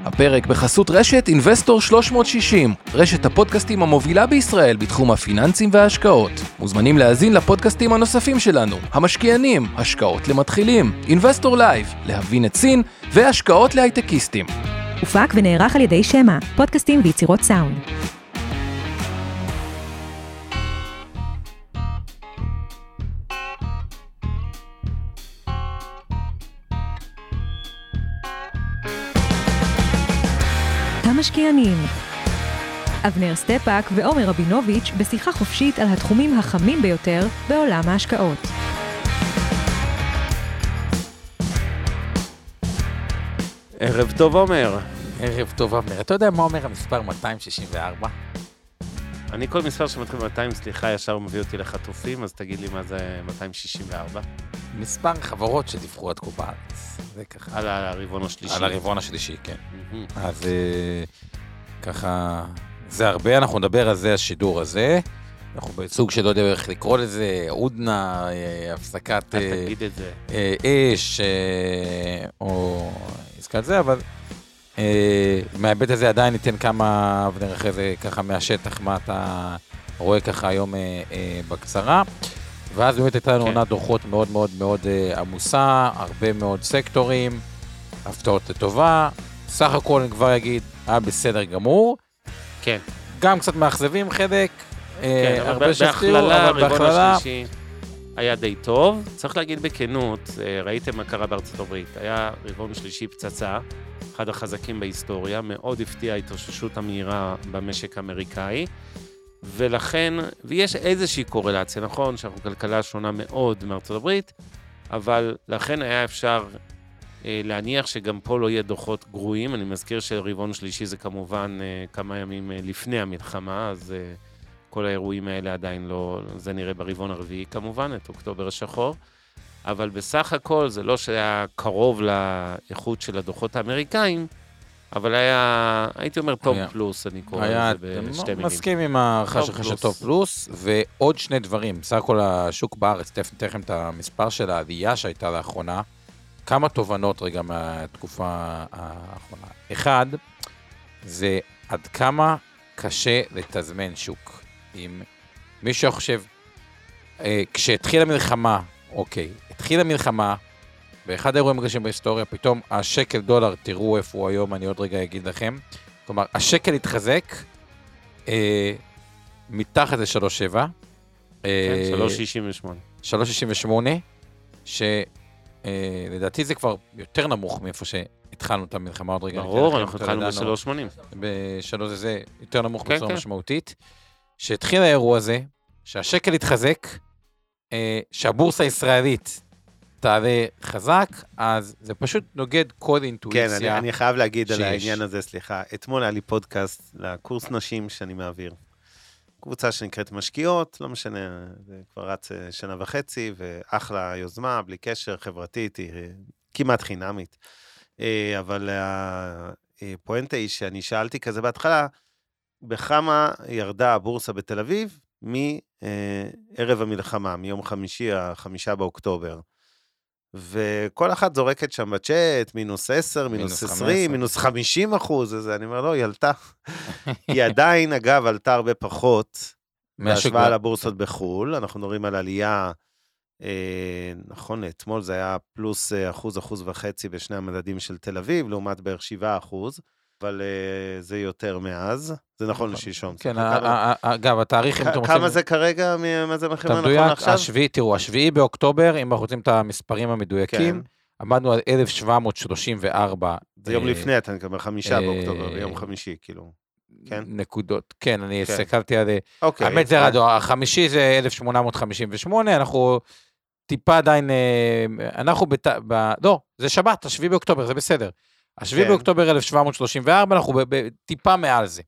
הפרק בחסות רשת אינבסטור 360, רשת הפודקאסטים המובילה בישראל בתחום הפיננסים וההשקעות. מוזמנים להאזין לפודקאסטים הנוספים שלנו, המשקיענים, השקעות למתחילים, אינבסטור לייב, להבין את סין והשקעות להייטקיסטים. הופק ונערך על ידי שמה, פודקאסטים ויצירות סאונד. המשקיענים. אבנר סטפאק ועומר רבינוביץ' בשיחה חופשית על התחומים החמים ביותר בעולם ההשקעות. ערב טוב עומר. ערב טוב עומר. אתה יודע מה אומר המספר 264? אני כל מספר שמתחיל 200, סליחה, ישר מביא אותי לחטופים, אז תגיד לי מה זה 264. מספר חברות שדיווחו עד כה בארץ. זה ככה. על הרבעון השלישי. על הרבעון השלישי, כן. אז ככה, זה הרבה, אנחנו נדבר על זה, השידור הזה. אנחנו בסוג שלא יודע איך לקרוא לזה, עודנה, הפסקת תגיד את זה. אש, או עסקת זה, אבל מהבית הזה עדיין ניתן כמה אבנר אחרי זה ככה מהשטח, מה אתה רואה ככה היום בקצרה. ואז באמת הייתה לנו עונת דוחות מאוד מאוד מאוד עמוסה, הרבה מאוד סקטורים, הפתעות לטובה, סך הכל אני כבר אגיד, היה בסדר גמור. כן. גם קצת מאכזבים חלק, כן, אבל בהכללה, הרבעון השלישי היה די טוב. צריך להגיד בכנות, ראיתם מה קרה בארצות הברית, היה רבעון שלישי פצצה, אחד החזקים בהיסטוריה, מאוד הפתיע ההתאוששות המהירה במשק האמריקאי, ולכן, ויש איזושהי קורלציה, נכון, שאנחנו כלכלה שונה מאוד מארצות הברית, אבל לכן היה אפשר להניח שגם פה לא יהיה דוחות גרועים. אני מזכיר שרבעון שלישי זה כמובן כמה ימים לפני המלחמה, אז כל האירועים האלה עדיין לא, זה נראה ברבעון הרביעי כמובן, את אוקטובר השחור, אבל בסך הכל זה לא שהיה קרוב לאיכות של הדוחות האמריקאים, אבל היה, הייתי אומר טופ פלוס, אני קורא לזה בשתי מילים. מסכים עם הערכה שלך של טופ פלוס, ועוד שני דברים. בסך הכל השוק בארץ, תכף את המספר של העלייה שהייתה לאחרונה, כמה תובנות רגע מהתקופה האחרונה. אחד, זה עד כמה קשה לתזמן שוק. אם מישהו חושב, כשהתחילה המלחמה, התחילה המלחמה, באחד האירועים הקשים בהיסטוריה, פתאום השקל דולר, תראו איפה הוא היום, אני עוד רגע אגיד לכם, כלומר, השקל התחזק, מתחת ל-3.7. כן, 3.68. 3.68, שלדעתי זה כבר יותר נמוך מאיפה שהתחלנו את המלחמה עוד רגע. ברור, אנחנו התחלנו ב-3.80. ב-3 זה יותר נמוך בצורה משמעותית. שהתחיל האירוע הזה, שהשקל התחזק, שהבורסה הישראלית תעלה חזק, אז זה פשוט נוגד כל אינטואיציה. כן, אני חייב להגיד על העניין הזה, סליחה. אתמול היה לי פודקאסט לקורס נשים שאני מעביר. קבוצה שנקראת משקיעות, לא משנה, זה כבר רץ 1.5 שנה, ואחלה יוזמה, בלי קשר, חברתית, היא כמעט חינמית. אבל הפואנטה היא שאני שאלתי כזה בהתחלה, בכמה ירדה הבורסה בתל אביב מערב המלחמה, מיום חמישי, 5 באוקטובר. וכל אחת זורקת שם בצ'אט, -10, -20, -50%, אז אני אומר, לא, היא עלתה. היא עדיין, אגב, עלתה הרבה פחות, בהשוואה לבורסות בחול. אנחנו נוראים על עלייה, נכון, אתמול זה היה פלוס 1.5% בשני המדדים של תל אביב, לעומת בערך 7%, אבל זה יותר מאז, זה נכון לשלשום. כן, אגב, התאריך... כמה זה כרגע, מה זה מחירים נכון עכשיו? תראו, 7 באוקטובר, אם אנחנו רוצים את המספרים המדויקים, עמדנו על 1,734. זה יום לפני, אתה נקבל 5 באוקטובר, יום חמישי, כאילו. נקודות, כן, אני הסתכלתי על... האמת זה רדו, החמישי זה 1,858, אנחנו טיפה עדיין, אנחנו לא, זה שבת, 7 באוקטובר, זה בסדר. 7 באוקטובר 1734, אנחנו טיפה מעל זה.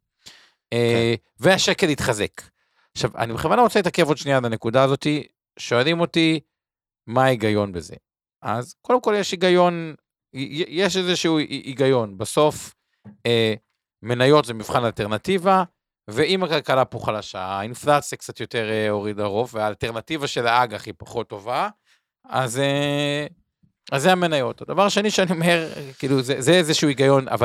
והשקל התחזק. עכשיו, אני בכוונה רוצה להתעכב עוד שנייה על הנקודה הזאת, שואלים אותי, מה ההיגיון בזה? אז קודם כל יש היגיון, יש איזשהו היגיון. בסוף, מניות זה מבחן אלטרנטיבה, ואם הכלכלה פה חלשה, האינפלציה קצת יותר הוריד הרוב, והאלטרנטיבה של האג"ח היא פחות טובה, אז זה המניות. הדבר השני שאני אומר, כאילו, זה איזשהו היגיון, אבל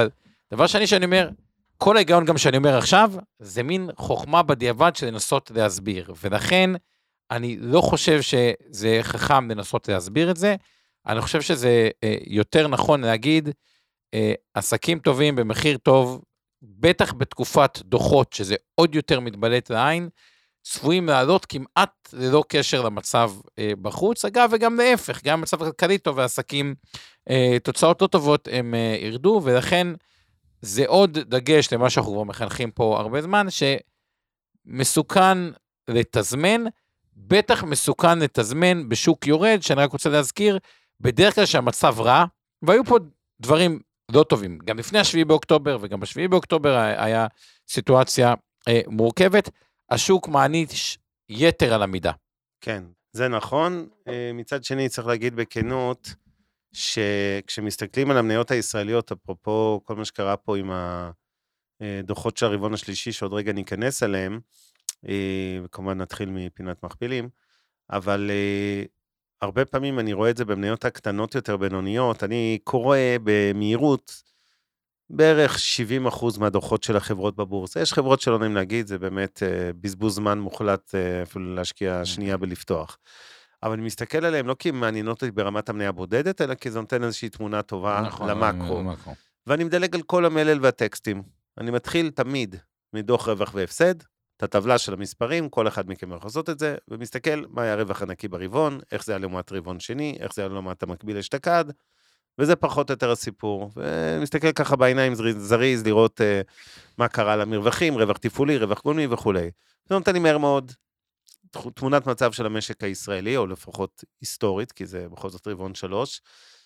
דבר שני שאני אומר, כל ההיגיון גם שאני אומר עכשיו, זה מין חוכמה בדיעבד של לנסות להסביר, ולכן אני לא חושב שזה חכם לנסות להסביר את זה, אני חושב שזה יותר נכון להגיד, עסקים טובים במחיר טוב, בטח בתקופת דוחות, שזה עוד יותר מתבלט לעין, צפויים לעלות כמעט ללא קשר למצב בחוץ, אגב, וגם להפך, גם מצב כלכלי טוב, והעסקים, תוצאות לא טובות, הם ירדו, ולכן זה עוד דגש למה שאנחנו כבר מחנכים פה הרבה זמן, שמסוכן לתזמן, בטח מסוכן לתזמן בשוק יורד, שאני רק רוצה להזכיר, בדרך כלל שהמצב רע, והיו פה דברים לא טובים, גם לפני השביעי באוקטובר, וגם בשביעי באוקטובר היה סיטואציה מורכבת, השוק מעניש יתר על המידה. כן, זה נכון. מצד שני, צריך להגיד בכנות, שכשמסתכלים על המניות הישראליות, אפרופו כל מה שקרה פה עם הדוחות של הרבעון השלישי, שעוד רגע ניכנס אליהם, וכמובן נתחיל מפינת מכפילים, אבל הרבה פעמים אני רואה את זה במניות הקטנות יותר בינוניות, אני קורא במהירות, בערך 70% מהדוחות של החברות בבורסה. יש חברות שלא נעים להגיד, זה באמת בזבוז זמן מוחלט, אפילו להשקיע שנייה בלפתוח. אבל אני מסתכל עליהם לא כי הם מעניינות אותי ברמת המניה הבודדת, אלא כי זה נותן איזושהי תמונה טובה למקרו. ואני מדלג על כל המלל והטקסטים. אני מתחיל תמיד מדוח רווח והפסד, את הטבלה של המספרים, כל אחד מכם יכול לעשות את זה, ומסתכל מה היה הרווח הנקי ברבעון, איך זה היה לעומת רבעון שני, איך זה היה לעומת המקביל אשתקד, וזה פחות או יותר הסיפור. ומסתכל ככה בעיניים זריז, לראות מה קרה למרווחים, רווח תפעולי, רווח גולמי וכו'. זה נותן לי מהר מאוד תמונת מצב של המשק הישראלי, או לפחות היסטורית, כי זה בכל זאת רבעון 3.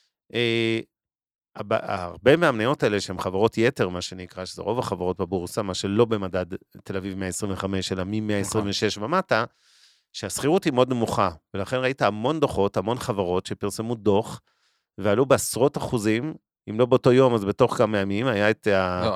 הרבה מהמניות האלה שהן חברות יתר, מה שנקרא, שזה רוב החברות בבורסה, מה שלא במדד תל אביב 125, אלא מ-126 ומטה, שהסחירות היא מאוד נמוכה, ולכן ראית המון דוחות, המון חברות שפרסמו דוח, ועלו בעשרות אחוזים, אם לא באותו יום, אז בתוך כמה ימים, היה את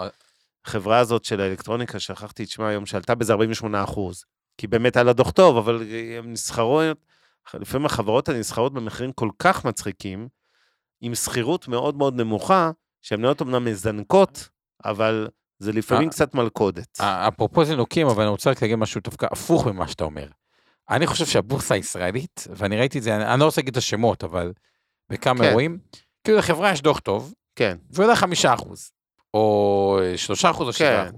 החברה הזאת של האלקטרוניקה, שכחתי את שמה היום, שעלתה בזה 48%, כי באמת היה לה דוח טוב, אבל הם נסחרות, לפעמים החברות הנסחרות במחירים כל כך מצחיקים, עם סחירות מאוד מאוד נמוכה, שהמניות אמנם מזנקות, אבל זה לפעמים קצת מלכודת. אפרופו זינוקים, אבל אני רוצה להגיד משהו דווקא הפוך ממה שאתה אומר. אני חושב שהבורסה הישראלית, ואני ראיתי את זה, אני לא רוצה להגיד את השמות, אבל בכמה אירועים, כאילו לחברה יש דוח טוב, ועולה 5%, או 3% או 7%.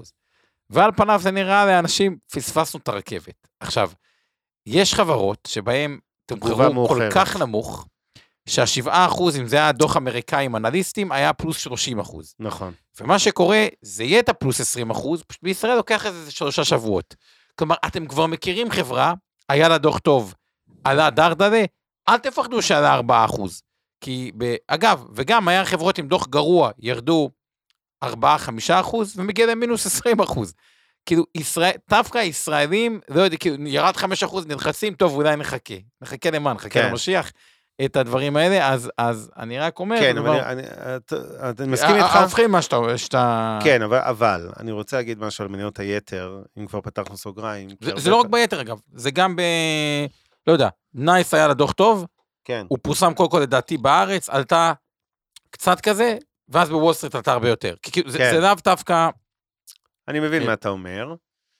ועל פניו זה נראה לאנשים, פספסנו את הרכבת. עכשיו, יש חברות שבהן תמחרו כל כך נמוך, שה7%, אם זה היה הדוח אמריקאי עם אנליסטים, היה פלוס 30%. נכון. ומה שקורה, זה יהיה את הפלוס 20%, פשוט בישראל לוקח איזה 3 שבועות. כלומר, אתם כבר מכירים חברה, היה לה דוח טוב, עלה דרדלה, אל תפחדו שעלה 4%. כי, אגב, וגם היה חברות עם דוח גרוע, ירדו 4-5%, ומגיע להם מינוס 20%. כאילו, דווקא הישראלים, לא יודע, כאילו, ירד 5%, נלחצים, טוב, אולי נחכה למה, נחכה למשיח. את הדברים האלה, אז אני רק אומר... כן, אבל אני מסכים איתך... ההופכים מה שאתה... כן, אבל אני רוצה להגיד משהו על מניות היתר, אם כבר פתחנו סוגריים... זה לא רק ביתר, אגב, זה גם לא יודע, נייס היה לדוח טוב, הוא פורסם כל לדעתי בארץ, עלתה קצת כזה, ואז בוול סטריט עלתה הרבה יותר. זה לאו דווקא... אני מבין מה אתה אומר.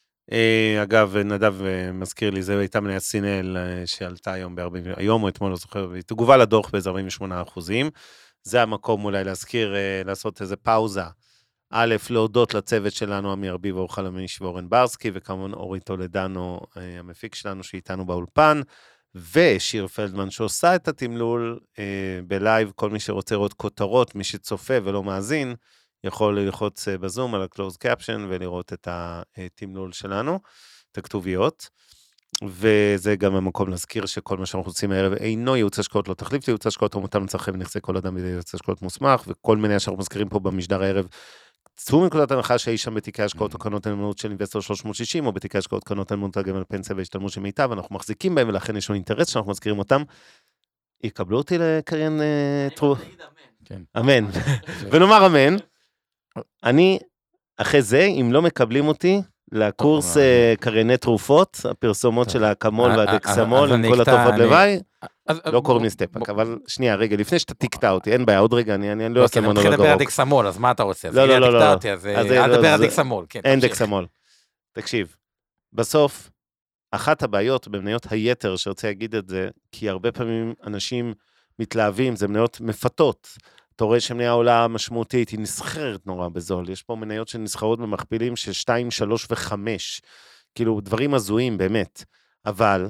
אגב, נדב מזכיר לי, זה הייתה מניית סינל שעלתה היום או אתמול, לא זוכר, והיא תגובה לדוח באיזה 48%. זה המקום אולי להזכיר, לעשות איזה פאוזה. א', להודות לצוות שלנו, אמיר ביב, אור חלמיש ואורן ברסקי, וכמובן אורי טולדנו, המפיק שלנו שאיתנו באולפן, ושיר פלדמן שעושה את התמלול בלייב, כל מי שרוצה לראות כותרות, מי שצופה ולא מאזין, יכול ללחוץ בזום על ה-closed caption ולראות את התמלול שלנו, את הכתוביות, וזה גם המקום להזכיר שכל מה שאנחנו עושים הערב אינו ייעוץ השקעות לא תחליף לייעוץ השקעות, הוא מותאם לצרכי ונכסי כל אדם בידי ייעוץ השקעות מוסמך, וכל מיני שאנחנו מזכירים פה במשדר הערב, צאו מנקודת הנחה שהיא שם בתיקי השקעות או קרנות הנאמנות של אינבסטור 360, או בתיקי השקעות קרנות הנאמנות הגמל פנסיה והשתלמות של מיטב, אנחנו מחזיקים בהם ולכן יש לנו אינטרס שאנחנו מזכירים אותם. יקבלו אותי לקריין טרו. אמן. ונאמר אמן. אני, אחרי זה, אם לא מקבלים אותי, לקורס קרני תרופות, הפרסומות של האקמול והדקסמול, עם כל התופעות לוואי, לא קוראים לי סטפאק, אבל שנייה, רגע, לפני שאתה תקטע אותי, אין בעיה, עוד רגע, אני לא עושה מונולוג. נתחיל לדבר על דקסמול, אז מה אתה רוצה? לא. אז אל תדבר על דקסמול. אין דקסמול. תקשיב, בסוף, אחת הבעיות במניות היתר, שרצה להגיד את זה, כי הרבה פעמים אנשים מתלהבים, זה מניות מפתות, אתה רואה שמניה עולה משמעותית, היא נסחרת נורא בזול, יש פה מניות שנסחרות במכפילים של 2, 3 ו-5, כאילו דברים הזויים באמת, אבל,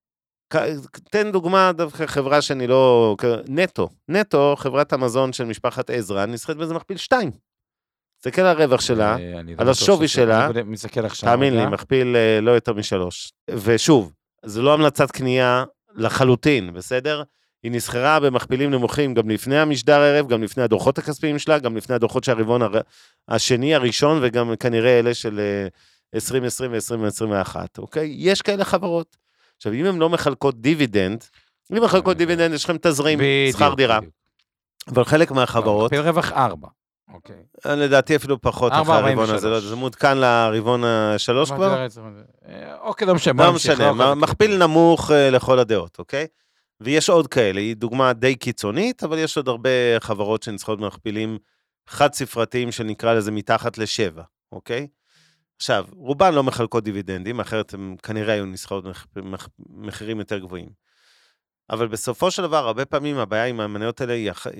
תן דוגמה, דווקא חברה שאני לא, נטו, חברת המזון של משפחת עזרא, נסחרת באיזה מכפיל 2, זה כן הרווח שלה, על השווי שלה, תאמין לי, מכפיל לא יותר מ3, ושוב, זה לא המלצת קנייה לחלוטין, בסדר? היא נסחרה במכפילים נמוכים גם לפני המשדר ערב, גם לפני הדוחות הכספיים שלה, גם לפני הדוחות של הרבעון השני, הראשון, וגם כנראה אלה של 2020 ו-2021, אוקיי? יש כאלה חברות. עכשיו, אם הן לא מחלקות דיבידנד, אם מחלקות דיבידנד, יש לכם תזרים, שכר דירה. אבל חלק מהחברות... מכפיל רווח 4. אוקיי. לדעתי אפילו פחות אחרי הרבעון הזה, זה מעודכן לרבעון ה3 כבר? אוקיי, לא משנה, מכפיל נמוך לכל הדעות, אוקיי? ויש עוד כאלה, היא דוגמה די קיצונית, אבל יש עוד הרבה חברות שנסחרות במכפילים חד ספרתיים, שנקרא לזה מתחת ל7, אוקיי? עכשיו, רובן לא מחלקות דיבידנדים, אחרת הם כנראה היו נסחרות במחירים יותר גבוהים. אבל בסופו של דבר, הרבה פעמים הבעיה עם המניות האלה,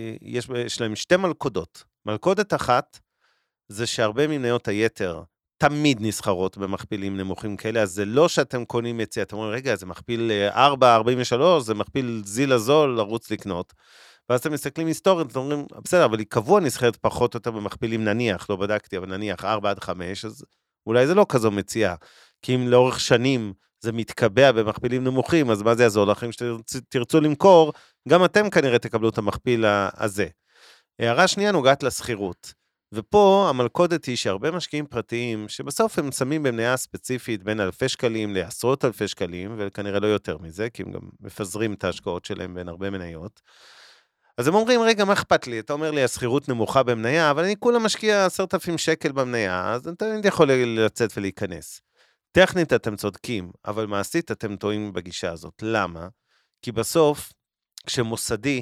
יש להם שתי מלכודות. מלכודת אחת, זה שהרבה ממניות היתר, תמיד נסחרות במכפילים נמוכים כאלה, אז זה לא שאתם קונים יציא, אתם אומרים, רגע, זה מכפיל 4.43, זה מכפיל זיל הזול, לרוץ לקנות, ואז אתם מסתכלים היסטורית, אתם אומרים, בסדר, אבל היא קבוע נסחרת פחות או יותר במכפילים נניח, לא בדקתי, אבל נניח 4-5, אז אולי זה לא כזו מציאה, כי אם לאורך שנים זה מתקבע במכפילים נמוכים, אז מה זה יעזור לכם שתרצו למכור, גם אתם כנראה תקבלו את המכפיל הזה. הערה שנייה נוגעת לסחירות. ופה המלכודת היא שהרבה משקיעים פרטיים, שבסוף הם שמים במניה ספציפית בין אלפי שקלים לעשרות אלפי שקלים, וכנראה לא יותר מזה, כי הם גם מפזרים את ההשקעות שלהם בין הרבה מניות. אז הם אומרים, רגע, מה אכפת לי? אתה אומר לי, הסחירות נמוכה במניה, אבל אני כולה משקיע 10,000 שקל במניה, אז אתה יכול לצאת ולהיכנס. טכנית אתם צודקים, אבל מעשית אתם טועים בגישה הזאת. למה? כי בסוף, כשמוסדי,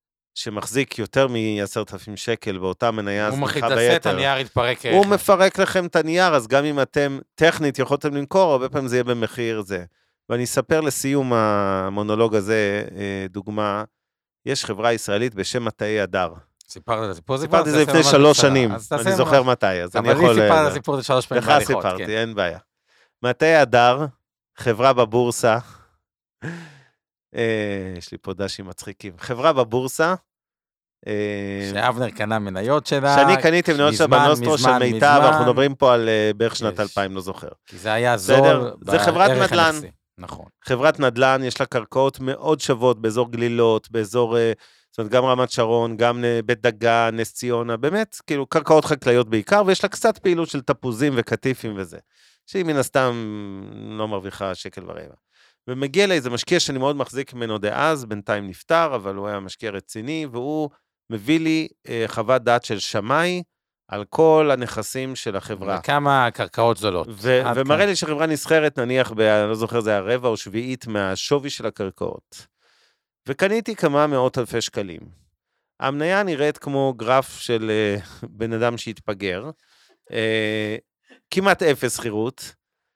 שמחזיק יותר מ10,000 שקל באותה מניה, הוא מחליט לעשה את הנייר, יתפרק. הוא מפרק לכם את הנייר, אז גם אם אתם טכנית יכולתם למכור, הרבה פעמים זה יהיה במחיר זה. ואני אספר לסיום המונולוג הזה, דוגמה, יש חברה ישראלית בשם מטעי הדר. סיפרתי זה לפני 3 שנים, אני זוכר מתי, אז אני יכול... אבל לי סיפרת הסיפור זה 3 פעמים בהליכות. לך סיפרתי, אין בעיה. מטעי הדר, חברה בבורסה, יש לי פה דשים מצחיקים, חברה בבורסה, שאבנר קנה מניות שלה, שאני קניתי מניות שלה בנוסטרו של מיטב, אנחנו מדברים פה על בערך שנת 2000, לא זוכר. כי זה היה זול, זה חברת נדל"ן, נכון. חברת נדל"ן, יש לה קרקעות מאוד שוות, באזור גלילות, באזור, זאת אומרת, גם רמת שרון, גם בית דגן, נס ציונה, באמת, כאילו, קרקעות חקלאיות בעיקר, ויש לה קצת פעילות של תפוזים וקטיפים וזה, שהיא מן הסתם לא מרוויחה שקל ורבע. ומגיע לה איזה משקיע שאני מאוד מחזיק ממנו דאז, בינתיים נפטר, אבל הוא היה משקיע רציני, והוא מביא לי חוות דעת של שמאי, על כל הנכסים של החברה. וכמה קרקעות זולות. ומראה לי שחברה נסחרת, נניח, אני לא זוכר, זה היה 1/4 או 1/7 מהשווי של הקרקעות. וקניתי כמה מאות אלפי שקלים. המניה נראית כמו גרף של בן אדם שהתפגר, כמעט 0 שכירות,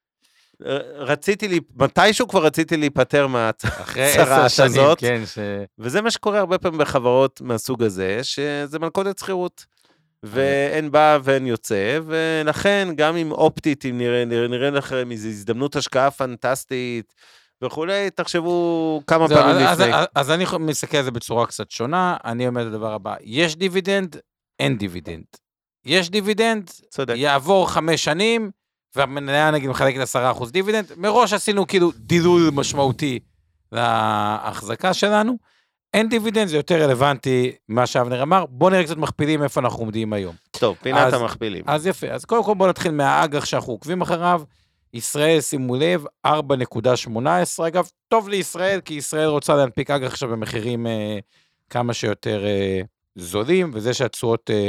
מתישהו כבר רציתי להיפטר מהצרה הזאת, כן, וזה מה שקורה הרבה פעמים בחברות מהסוג הזה, שזה מלכודת שכירות, ואין בא ואין יוצא, ולכן גם אם אופטית, אם נראה לכם איזו הזדמנות השקעה פנטסטית, וכולי, תחשבו כמה פעמים לפני. אז אני מסתכל על זה בצורה קצת שונה, אני אומר את הדבר הבא, יש דיבידנד, אין דיבידנד. יש דיבידנד, יעבור 5 שנים, והמניה נגיד מחלקת 10% דיבידנד, מראש עשינו כאילו דילול משמעותי להחזקה שלנו, אין דיבידנד, זה יותר רלוונטי מה שאבנר אמר, בואו נראה קצת מכפילים איפה אנחנו עומדים היום. טוב, פינת המכפילים. אז יפה, אז קודם כל בואו נתחיל מהאג"ח שאנחנו עוקבים אחריו, ישראל, שימו לב, 4.18, אגב, טוב לישראל, כי ישראל רוצה להנפיק אג"ח עכשיו במחירים כמה שיותר זולים, וזה שהתשואות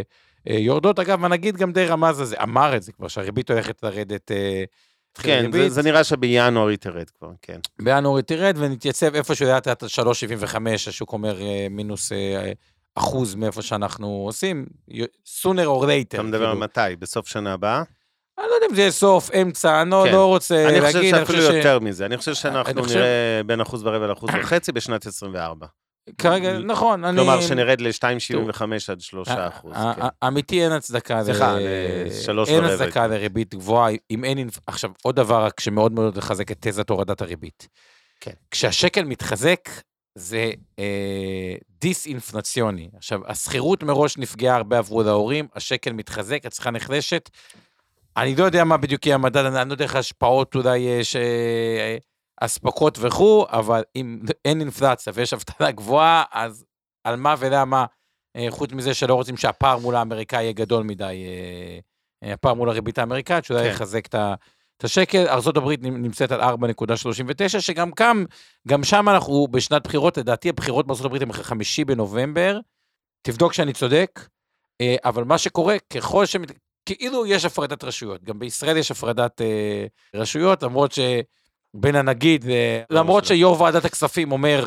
יורדות. אגב, הנגיד גם די רמז הזה, אמר את זה כבר, שהריבית הולכת לרדת, כן, זה נראה שבינואר היא תרד כבר, כן. בינואר היא תרד, ונתייצב איפה שהוא יודעת את 3.75, השוק אומר מינוס אחוז מאיפה שאנחנו עושים, sooner or later. אתה מדבר על מתי? בסוף שנה הבאה? אני לא יודע אם זה יהיה סוף, אמצע, אני לא רוצה להגיד. אני חושב שאפילו יותר מזה, אני חושב שאנחנו נראה בין 1.25% ל1.5% בשנת 24. כרגע, נכון. כלומר, שנרד ל-2.75 עד 3%. אמיתי אין הצדקה. סליחה, אין הצדקה לריבית גבוהה, אם אין, עכשיו, עוד דבר רק שמאוד מאוד לחזק את תזת הורדת הריבית. כשהשקל מתחזק, זה דיס-אינפלציוני. עכשיו, הסחירות מראש נפגעה הרבה עברו להורים, השקל מתחזק, הצריכה נחלשת. אני לא יודע מה בדיוק יהיה המדד, אני לא יודע איך השפעות אולי יש אספקות וכו', אבל אם אין אינפלציה ויש אבטלה גבוהה, אז על מה ולמה, חוץ מזה שלא רוצים שהפער מול האמריקאי יהיה גדול מדי, הפער מול הריבית האמריקאית, שאולי יחזק את השקל. ארצות הברית נמצאת על 4.39, שגם גם שם אנחנו בשנת בחירות, לדעתי הבחירות בארצות הברית הם 5 בנובמבר, תבדוק שאני צודק, אבל מה שקורה, ככל כאילו יש הפרדת רשויות, גם בישראל יש הפרדת רשויות, למרות שבין הנגיד, למרות שיו"ר ועדת הכספים אומר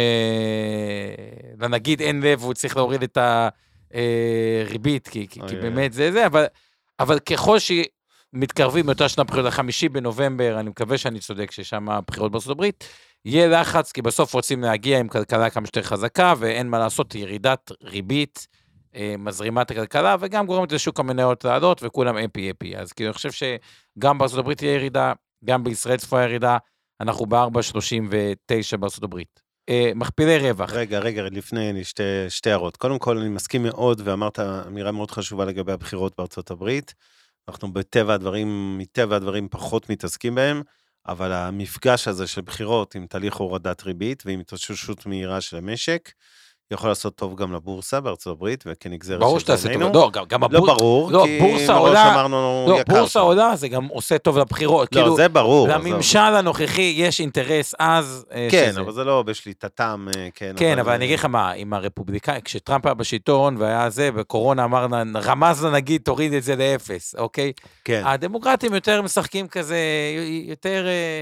שלנגיד אין לב, הוא צריך להוריד את הריבית, כי באמת זה, אבל ככל שמתקרבים מאותה שנה בחירות, 5 בנובמבר, אני מקווה שאני צודק ששם הבחירות בארצות הברית, יהיה לחץ, כי בסוף רוצים להגיע עם כלכלה כמה שיותר חזקה, ואין מה לעשות, ירידת ריבית, מזרימת הכלכלה, וגם גורמת לשוק המניות לעלות, וכולם אפי. אז כאילו, אני חושב שגם בארצות הברית תהיה ירידה, גם בישראל צפויה ירידה, אנחנו ב-4.39 בארצות הברית. מכפילי רווח. רגע, לפני שתי הערות. קודם כל, אני מסכים מאוד, ואמרת אמירה מאוד חשובה לגבי הבחירות בארצות הברית. אנחנו מטבע הדברים פחות מתעסקים בהם, אבל המפגש הזה של בחירות עם תהליך הורדת ריבית, ועם התאוששות מהירה של המשק, יכול לעשות טוב גם לבורסה בארצות הברית, וכנגזרת ברור שתעשה טוב, לא, גם לא ברור, כי מראש אמרנו יקר. בורסה עולה, זה גם עושה טוב לבחירות. לא, זה ברור. לממשל הנוכחי יש אינטרס אז. כן, אבל זה לא בשליטתם. כן, אבל אני אגיד לך מה, עם הרפובליקאים, כשטראמפ היה בשלטון, והיה זה, בקורונה רמז לנגיד, תוריד את זה לאפס, אוקיי? כן. הדמוקרטים יותר משחקים כזה, יותר...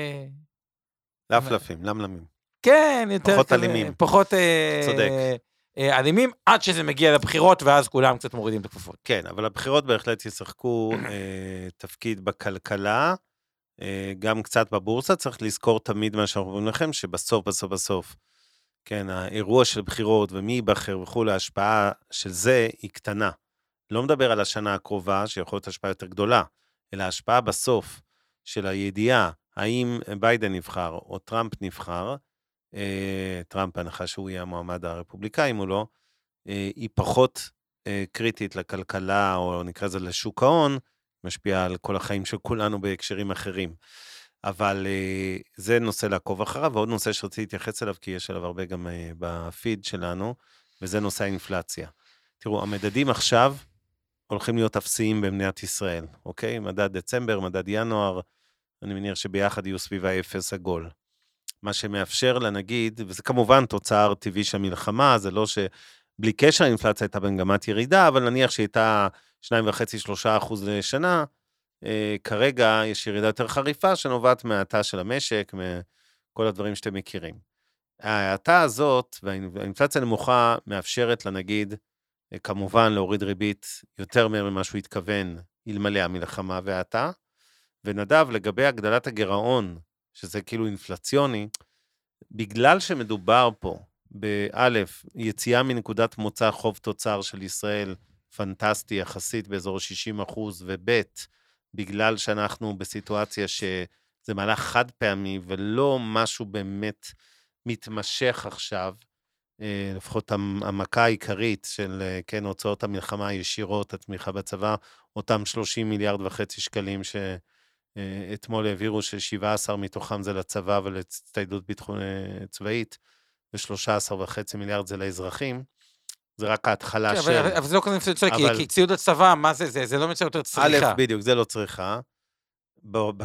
למלמים. כן, יותר פחות אלימים. פחות צודק. אלימים, עד שזה מגיע לבחירות, ואז כולם קצת מורידים את הכפפות. כן, אבל הבחירות בהחלט ישחקו תפקיד בכלכלה, גם קצת בבורסה, צריך לזכור תמיד מה שאנחנו אומרים לכם, שבסוף, כן, האירוע של בחירות, ומי ייבחר וכו', ההשפעה של זה היא קטנה. לא מדבר על השנה הקרובה, שיכול להיות השפעה יותר גדולה, אלא ההשפעה בסוף של הידיעה, האם ביידן נבחר או טראמפ נבחר, טראמפ הנחה שהוא יהיה המועמד הרפובליקאי מולו, היא פחות קריטית לכלכלה, או נקרא זה לשוק ההון, משפיעה על כל החיים של כולנו בהקשרים אחרים. אבל זה נושא לעקוב אחריו, ועוד נושא שרציתי להתייחס אליו, כי יש עליו הרבה גם בפיד שלנו, וזה נושא האינפלציה. תראו, המדדים עכשיו הולכים להיות אפסיים במדינת ישראל, אוקיי? מדד דצמבר, מדד ינואר, אני מניח שביחד יהיו סביב האפס עגול. מה שמאפשר לנגיד, וזה כמובן תוצר טבעי של המלחמה, זה לא שבלי קשר האינפלציה הייתה במגמת ירידה, אבל נניח שהייתה 2.5-3% לשנה, כרגע יש ירידה יותר חריפה, שנובעת מההאטה של המשק, מכל הדברים שאתם מכירים. ההאטה הזאת, והאינפלציה נמוכה, מאפשרת לנגיד, כמובן להוריד ריבית יותר ממה שהוא התכוון, אלמלא המלחמה וההאטה, ונדב, לגבי הגדלת הגירעון, שזה כאילו אינפלציוני, בגלל שמדובר פה, באלף, יציאה מנקודת מוצא חוב תוצר של ישראל, פנטסטי יחסית באזור 60%, ובית, בגלל שאנחנו בסיטואציה שזה מהלך חד פעמי, ולא משהו באמת מתמשך עכשיו, לפחות המכה העיקרית של, כן, הוצאות המלחמה הישירות, התמיכה בצבא, אותם 30 מיליארד וחצי שקלים אתמול העבירו ש17 מתוכם זה לצבא ולהצטיידות ביטחון צבאית, ו13.5 מיליארד זה לאזרחים, זה רק ההתחלה של... אבל זה לא כזה מצוין, כי ציוד הצבא, מה זה? זה לא מצוין יותר צריכה. בדיוק, זה לא צריכה.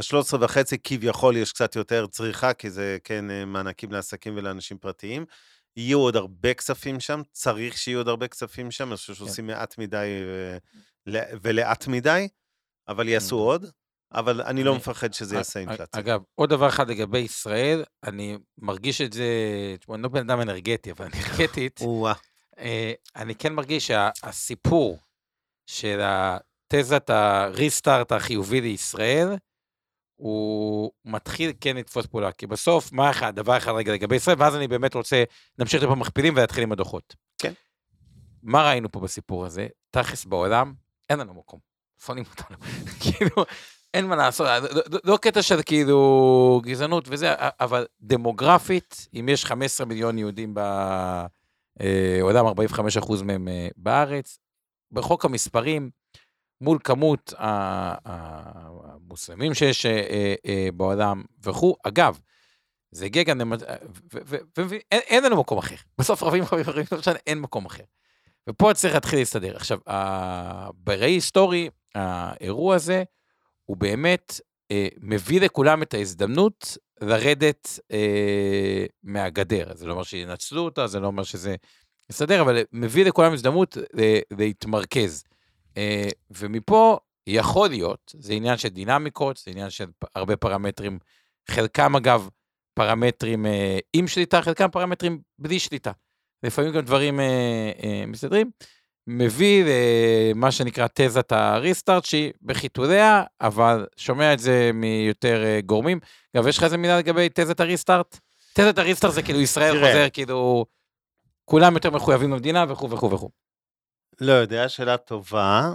ב13.5 כביכול יש קצת יותר צריכה, כי זה כן מענקים לעסקים ולאנשים פרטיים. יהיו עוד הרבה כספים שם, צריך שיהיו עוד הרבה כספים שם, אני חושב שעושים מעט מדי ולאט מדי, אבל יעשו עוד, אבל אני לא מפחד שזה יעשה אינפלציה. אגב, עוד דבר אחד לגבי ישראל, אני מרגיש את זה, אני לא בן אדם אנרגטי, אבל אנרגטית, אני כן מרגיש שהסיפור של התזת הריסטארט החיובי לישראל, הוא מתחיל כן לתפוס פעולה, כי בסוף, מה אחד, דבר אחד רגע לגבי ישראל, ואז אני באמת רוצה, נמשיך לפה מכפילים ולהתחיל עם הדוחות. כן. מה ראינו פה בסיפור הזה? תכלס בעולם, אין לנו מקום. שונאים אותנו. כאילו, אין מה לעשות, לא קטע של כאילו גזענות וזה, אבל דמוגרפית, אם יש 15 מיליון יהודים בעולם, 45% מהם בארץ, בחוק המספרים, מול כמות המוסלמים שיש בעולם וכו', אגב, זה הגיע גם, אין לנו מקום אחר, בסוף רבים, אין מקום אחר, ופה צריך להתחיל להסתדר. עכשיו, בראי היסטורי, האירוע הזה, הוא באמת מביא לכולם את ההזדמנות לרדת מהגדר, זה לא אומר שינצלו אותה, זה לא אומר שזה יסתדר, אבל מביא לכולם הזדמנות להתמרכז. ומפה יכול להיות, זה עניין של דינמיקות, זה עניין של הרבה פרמטרים, חלקם אגב פרמטרים עם שליטה, חלקם פרמטרים בלי שליטה. לפעמים גם דברים מסתדרים, מביא למה שנקרא תזת הריסטארט, שהיא בחיתוליה, אבל שומע את זה מיותר גורמים. אגב, יש לך איזה מילה לגבי תזת הריסטארט? תזת הריסטארט זה כאילו ישראל חוזר, כאילו כולם יותר מחויבים למדינה וכו' וכו' וכו'. לא יודע, שאלה טובה.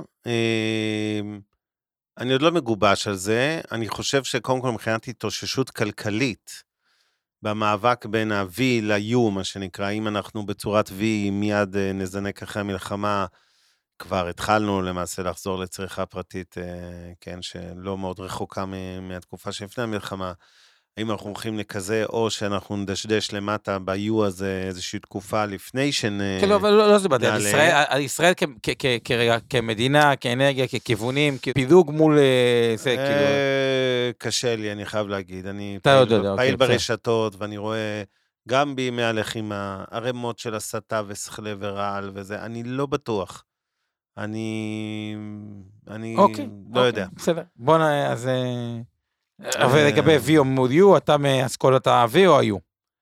אני עוד לא מגובש על זה. אני חושב שקודם כל מבחינת התאוששות כלכלית, במאבק בין ה-V ל-U, מה שנקרא, אם אנחנו בצורת V מיד נזנק אחרי המלחמה, כבר התחלנו למעשה לחזור לצריכה פרטית, כן, שלא מאוד רחוקה מהתקופה שלפני המלחמה, האם אנחנו הולכים לכזה, או שאנחנו נדשדש למטה ב-U הזה איזושהי תקופה לפני כן, אבל לא זה בדל. ישראל כמדינה, כאנרגיה, ככיוונים, כפידוג מול זה, כאילו. קשה לי, אני חייב להגיד. אני פעיל ברשתות, ואני רואה גם בימי הלחימה, הרמות של הסתה ושכלי ורעל וזה, אני לא בטוח. אני לא יודע. בסדר. בוא אז... אבל לגבי V או מול U, אתה מאסכולת ה-V או ה-U?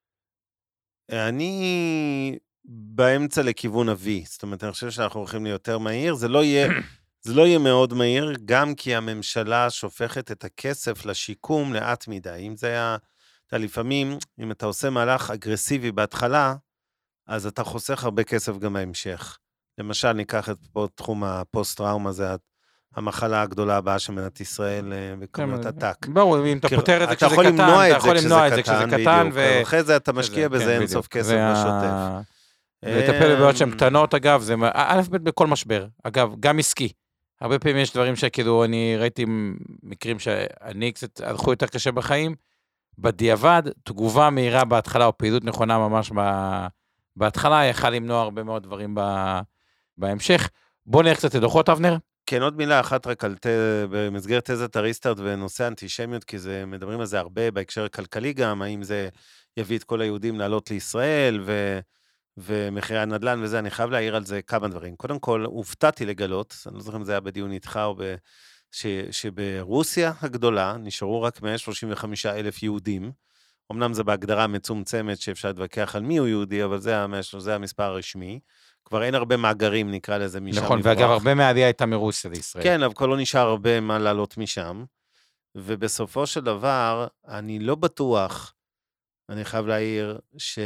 אני באמצע לכיוון ה-V, זאת אומרת, אני חושב שאנחנו הולכים ליותר מהיר, זה לא יהיה מאוד מהיר, גם כי הממשלה שופכת את הכסף לשיקום לאט מדי. אם זה היה, לפעמים, אם אתה עושה מהלך אגרסיבי בהתחלה, אז אתה חוסך הרבה כסף גם בהמשך. למשל, ניקח את פה תחום הפוסט-טראומה, זה המחלה הגדולה הבאה של מדינת ישראל בכמות עתק. ברור, אם אתה פותר את זה כשזה קטן, אתה יכול למנוע את זה כשזה קטן, ואחרי זה אתה משקיע בזה אין סוף כסף בשוטף. לטפל בבעיות שהן קטנות, אגב, זה א' ב' בכל משבר, אגב, גם עסקי. הרבה פעמים יש דברים שכאילו אני ראיתי מקרים שאני קצת הלכו יותר קשה בחיים, בדיעבד, תגובה מהירה בהתחלה, או פעילות נכונה ממש בהתחלה, יכל למנוע הרבה מאוד דברים בהמשך. בוא נראה קצת לדוחות, אבנר. כן, עוד מילה אחת רק על במסגרת תזת הריסטארט ונושא אנטישמיות, כי מדברים על זה הרבה בהקשר הכלכלי גם, האם זה יביא את כל היהודים לעלות לישראל, ומחירי הנדל"ן וזה, אני חייב להעיר על זה כמה דברים. קודם כל, הופתעתי לגלות, אני לא זוכר אם זה היה בדיון איתך, או שברוסיה הגדולה נשארו רק 135,000 יהודים, אמנם זה בהגדרה מצומצמת שאפשר להתווכח על מי הוא יהודי, אבל זה המספר הרשמי, כבר אין הרבה מאגרים, נקרא לזה משם. נכון, ואגב, הרבה מהעלייה הייתה מרוסיה לישראל. כן, אבל כבר לא נשאר הרבה מה לעלות משם, ובסופו של דבר, אני לא בטוח, אני חייב להעיר,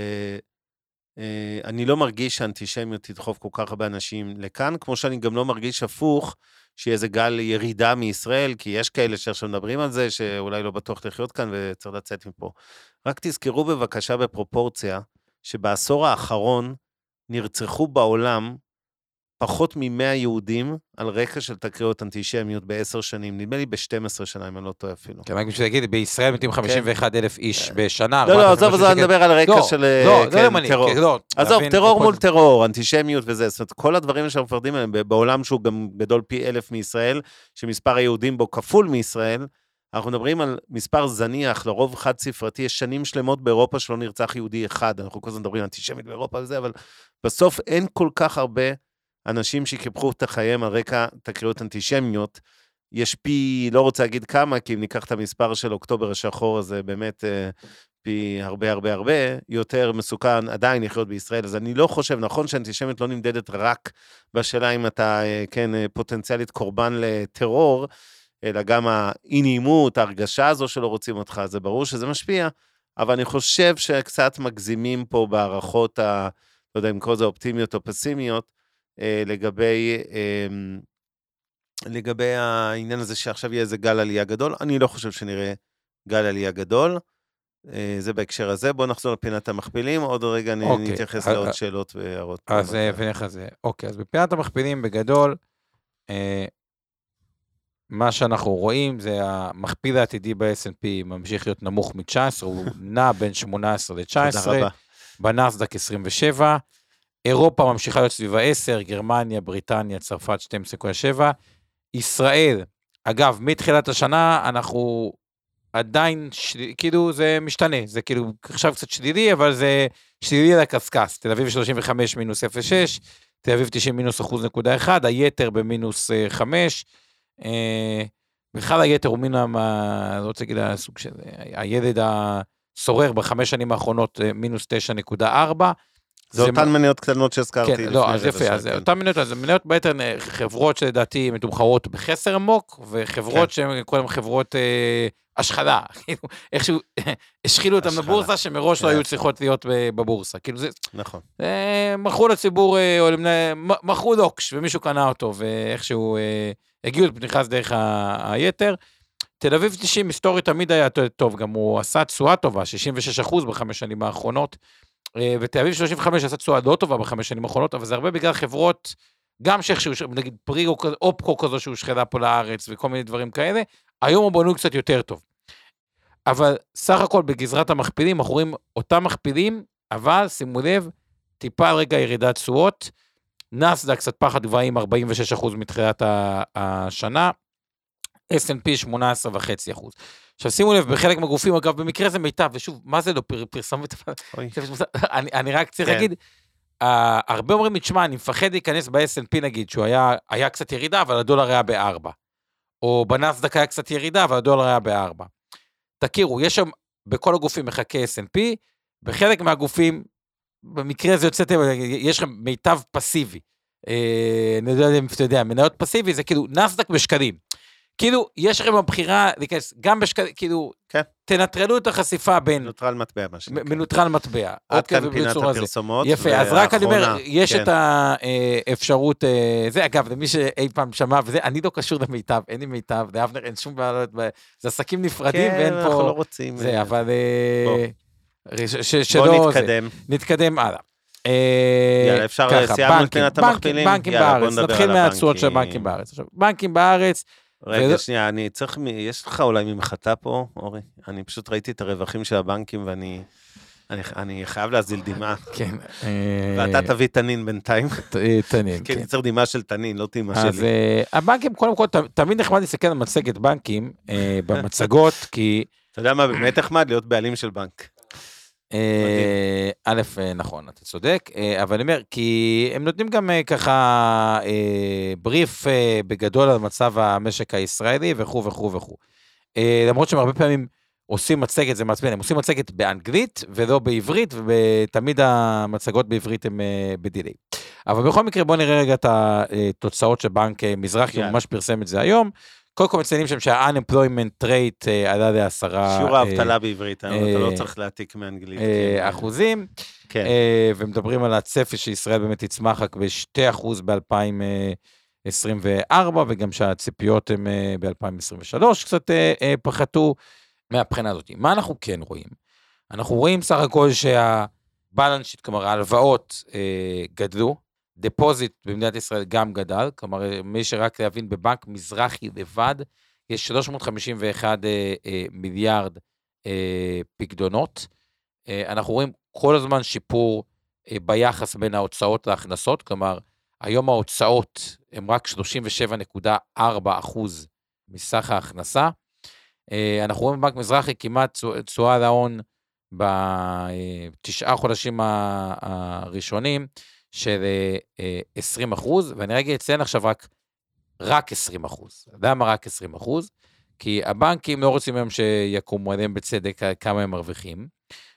אני לא מרגיש שהאנטישמיות תדחוף כל כך הרבה אנשים לכאן, כמו שאני גם לא מרגיש הפוך, שיהיה איזה גל ירידה מישראל, כי יש כאלה שעכשיו מדברים על זה, שאולי לא בטוח לחיות כאן, וצריך לצאת מפה. רק תזכרו בבקשה בפרופורציה, שבעשור האחרון, נרצחו בעולם פחות מ-100 יהודים על רקע של תקריות אנטישמיות ב10 שנים, נדמה לי ב12 שנה, אם אני לא טועה אפילו. כן, רק בשביל להגיד, בישראל מתים 51,000 איש בשנה. לא, עזוב, אני מדבר על הרקע של טרור. עזוב, טרור מול טרור, אנטישמיות וזה, זאת אומרת, כל הדברים שאנחנו מפרדים עליהם, בעולם שהוא גם גדול פי 1,000 מישראל, שמספר היהודים בו כפול מישראל, אנחנו מדברים על מספר זניח, לרוב חד ספרתי, יש שנים שלמות באירופה שלא נרצח יהודי אחד, אנחנו כל הזמן מדברים אנטישמית באירופה וזה, אבל בסוף אין כל כך הרבה אנשים שקיפחו את החיים על רקע תקריות אנטישמיות, יש פי, לא רוצה להגיד כמה, כי אם ניקח את המספר של אוקטובר השחור, אז זה באמת פי הרבה הרבה הרבה, יותר מסוכן עדיין לחיות בישראל, אז אני לא חושב, נכון שאנטישמיות לא נמדדת רק בשאלה אם אתה, כן, פוטנציאלית קורבן לטרור, אלא גם האי-נעימות, ההרגשה הזו שלא רוצים אותך, זה ברור שזה משפיע, אבל אני חושב שקצת מגזימים פה בערכות, לא יודע אם כל זה אופטימיות או פסימיות, לגבי העניין הזה שעכשיו יהיה איזה גל עלייה גדול, אני לא חושב שנראה גל עלייה גדול, זה בהקשר הזה, בואו נחזור לפינת המכפילים, עוד רגע נתייחס לעוד שאלות והערות. אז ונלך על זה, אוקיי, אז בפינת המכפילים בגדול, מה שאנחנו רואים זה המכפיל העתידי ב-S&P ממשיך להיות נמוך מ-19, הוא נע בין 18 ל-19, בנאסד"ק 27, אירופה ממשיכה להיות סביבה 10, גרמניה, בריטניה, צרפת 12.7, ישראל, אגב, מתחילת השנה אנחנו עדיין, כאילו זה משתנה, זה כאילו עכשיו קצת שלילי, אבל זה שלילי לקסקס, תל אביב 35 מינוס 0.6, תל אביב 90 מינוס 1.1, היתר במינוס 5, בכלל היתר הוא מן, לא רוצה להגיד הסוג של, הילד הסורר בחמש שנים האחרונות מינוס 9.4, זה אותן מניות קטנות שהזכרתי. כן, לא, אז יפה, אז אותן מניות, אז מניות ביתר חברות שלדעתי מתומחרות בחסר עמוק, וחברות שהן קודם חברות השחלה, איכשהו השחילו אותם לבורסה, שמראש לא היו צריכות להיות בבורסה, כאילו זה, נכון. מכרו לציבור, מכרו לוקש, ומישהו קנה אותו, ואיכשהו הגיעו לפניחס דרך היתר, תל אביב 90 היסטורית תמיד היה טוב, גם הוא עשה תשואה טובה, 66% בחמש שנים האחרונות, ותל אביב 35 עשה תשואה לא טובה בחמש שנים האחרונות, אבל זה הרבה בגלל חברות, גם שאיכשהו, נגיד פרי אופקו כזו שהוא שחדה פה לארץ, וכל מיני דברים כאלה, היום הוא בנו קצת יותר טוב. אבל סך הכל בגזרת המכפילים, אנחנו רואים אותם מכפילים, אבל שימו לב, טיפה רגע ירידת תשואות, נאסד"ק קצת פחד גבוהים 46% מתחילת השנה, S&P 18.5%. עכשיו שימו לב, בחלק מהגופים, אגב, במקרה זה מיטב, ושוב, מה זה לא פרסומת? אני רק צריך להגיד, הרבה אומרים לי, תשמע, אני מפחד להיכנס ב-S&P נגיד, שהוא היה קצת ירידה, אבל הדולר היה ב-4. או בנאסד"ק היה קצת ירידה, אבל הדולר היה ב-4. תכירו, יש שם, בכל הגופים מחכה S&P, בחלק מהגופים, במקרה הזה יוצאתם, יש לכם מיטב פסיבי. אני לא יודע אם אתה יודע, מניות פסיבי זה כאילו נאסד"ק בשקלים. כאילו, יש לכם הבחירה להיכנס גם בשקלים, כאילו, תנטרלו את החשיפה בין... מנוטרל מטבע, מה שנקרא. מנוטרל מטבע. עד כאן פינת הפרסומות. יפה, אז רק אני אומר, יש את האפשרות, זה אגב, למי שאי פעם שמע, וזה, אני לא קשור למיטב, אין לי מיטב, לאבנר אין שום בעיה, זה עסקים נפרדים, ואין פה... כן, אנחנו לא רוצים... זה, אבל... בוא נתקדם. נתקדם הלאה. יאללה, אפשר סיימנו את פינת המכפילים? בנקים בארץ, נתחיל מהתשואות של בנקים בארץ. בנקים בארץ... רגע, שנייה, אני צריך, יש לך אולי ממחתה פה, אורי? אני פשוט ראיתי את הרווחים של הבנקים, ואני חייב להזיל דמעה. כן. ואתה תביא תנין בינתיים. תנין, כן. כן, צריך דמעה של תנין, לא תימה שלי. אז הבנקים, קודם כל, תמיד נחמד להסתכל על מצגת בנקים, במצגות, כי... אתה יודע מה, באמת נחמד להיות בעלים של בנק. א', נכון, אתה צודק, אבל אני אומר, כי הם נותנים גם ככה בריף בגדול על מצב המשק הישראלי וכו' וכו' וכו'. למרות שהם הרבה פעמים עושים מצגת, זה מעצבן, הם עושים מצגת באנגלית ולא בעברית, ותמיד המצגות בעברית הם בדילי. אבל בכל מקרה בואו נראה רגע את התוצאות של בנק מזרחי, הוא ממש פרסם את זה היום. קודם כל מציינים שם שה-unemployment rate עלה ל10... שיעור האבטלה בעברית, אתה לא צריך להעתיק מאנגלית. אחוזים, ומדברים על הצפי שישראל באמת תצמח רק ב2% ב-2024, וגם שהציפיות הן ב-2023 קצת פחתו מהבחינה הזאת. מה אנחנו כן רואים? אנחנו רואים סך הכל שהבלנס שיט, כלומר ההלוואות גדלו, דפוזיט במדינת ישראל גם גדל, כלומר, מי שרק להבין בבנק מזרחי לבד, יש 351 מיליארד פקדונות. אנחנו רואים כל הזמן שיפור ביחס בין ההוצאות להכנסות, כלומר, היום ההוצאות הן רק 37.4% מסך ההכנסה. אנחנו רואים בבנק מזרחי כמעט תשואה על ההון ב9 חודשים הראשונים של 20%, ואני רגע אציין עכשיו רק 20%. למה רק 20%? כי הבנקים לא רוצים היום שיקומו עליהם בצדק כמה הם מרוויחים,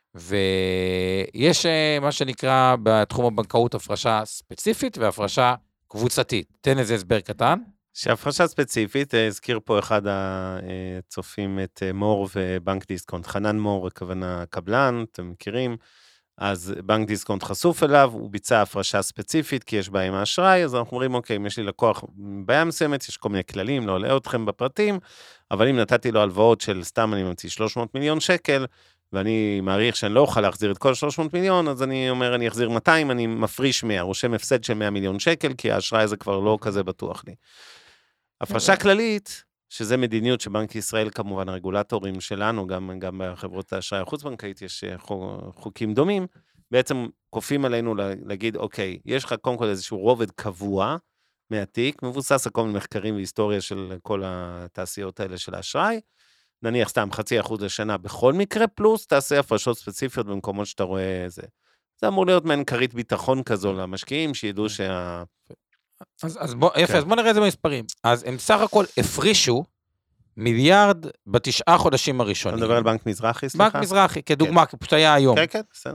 ויש מה שנקרא בתחום הבנקאות הפרשה ספציפית והפרשה קבוצתית. תן איזה הסבר קטן. שהפרשה ספציפית, הזכיר פה אחד הצופים את מור ובנק דיסקונט, חנן מור, הכוונה קבלן, אתם מכירים, אז בנק דיסקונט חשוף אליו, הוא ביצע הפרשה ספציפית, כי יש בעיה עם האשראי, אז אנחנו אומרים, אוקיי, אם יש לי לקוח בעיה מסוימת, יש כל מיני כללים, לא עולה אתכם בפרטים, אבל אם נתתי לו הלוואות של סתם אני ממציא 300 מיליון שקל, ואני מעריך שאני לא אוכל להחזיר את כל 300 מיליון, אז אני אומר, אני אחזיר 200, אני מפריש 100, רושם הפסד של 100 מיליון שקל, כי האשראי הזה כבר לא כזה בטוח לי. הפרשה כללית, שזה מדיניות שבנק ישראל, כמובן, הרגולטורים שלנו, גם בחברות האשראי החוץ-בנקאית, יש חוקים דומים, בעצם כופים עלינו להגיד, אוקיי, יש לך קודם כל איזשהו רובד קבוע מהתיק, מבוסס על כל מיני מחקרים והיסטוריה של כל התעשיות האלה של האשראי, נניח סתם 0.5% לשנה בכל מקרה, פלוס תעשה הפרשות ספציפיות במקומות שאתה רואה זה. זה אמור להיות מעין כרית ביטחון כזו למשקיעים, שידעו אז בוא נראה את זה במספרים. אז הם סך הכל הפרישו מיליארד ב9 חודשים הראשונים. אתה מדבר על בנק מזרחי, סליחה? בנק מזרחי, כדוגמה, כפשוט היה היום. כן, כן, בסדר.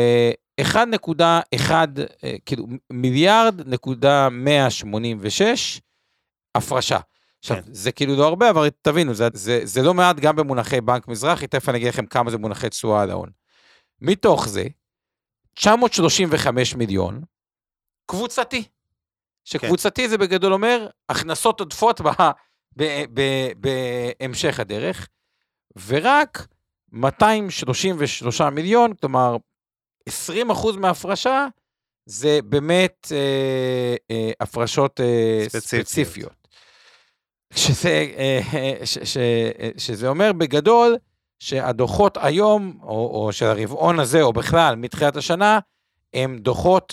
ו1.1, כאילו, מיליארד נקודה 186 הפרשה. עכשיו, זה כאילו לא הרבה, אבל תבינו, זה לא מעט גם במונחי בנק מזרחי, תכף אני אגיד לכם כמה זה מונחי תשואה על ההון. מתוך זה, 935 מיליון, קבוצתי. שקבוצתי זה בגדול אומר, הכנסות עודפות בהמשך הדרך, ורק 233 מיליון, כלומר, 20% מההפרשה, זה באמת הפרשות ספציפיות. שזה אומר בגדול, שהדוחות היום, או של הרבעון הזה, או בכלל, מתחילת השנה, הם דוחות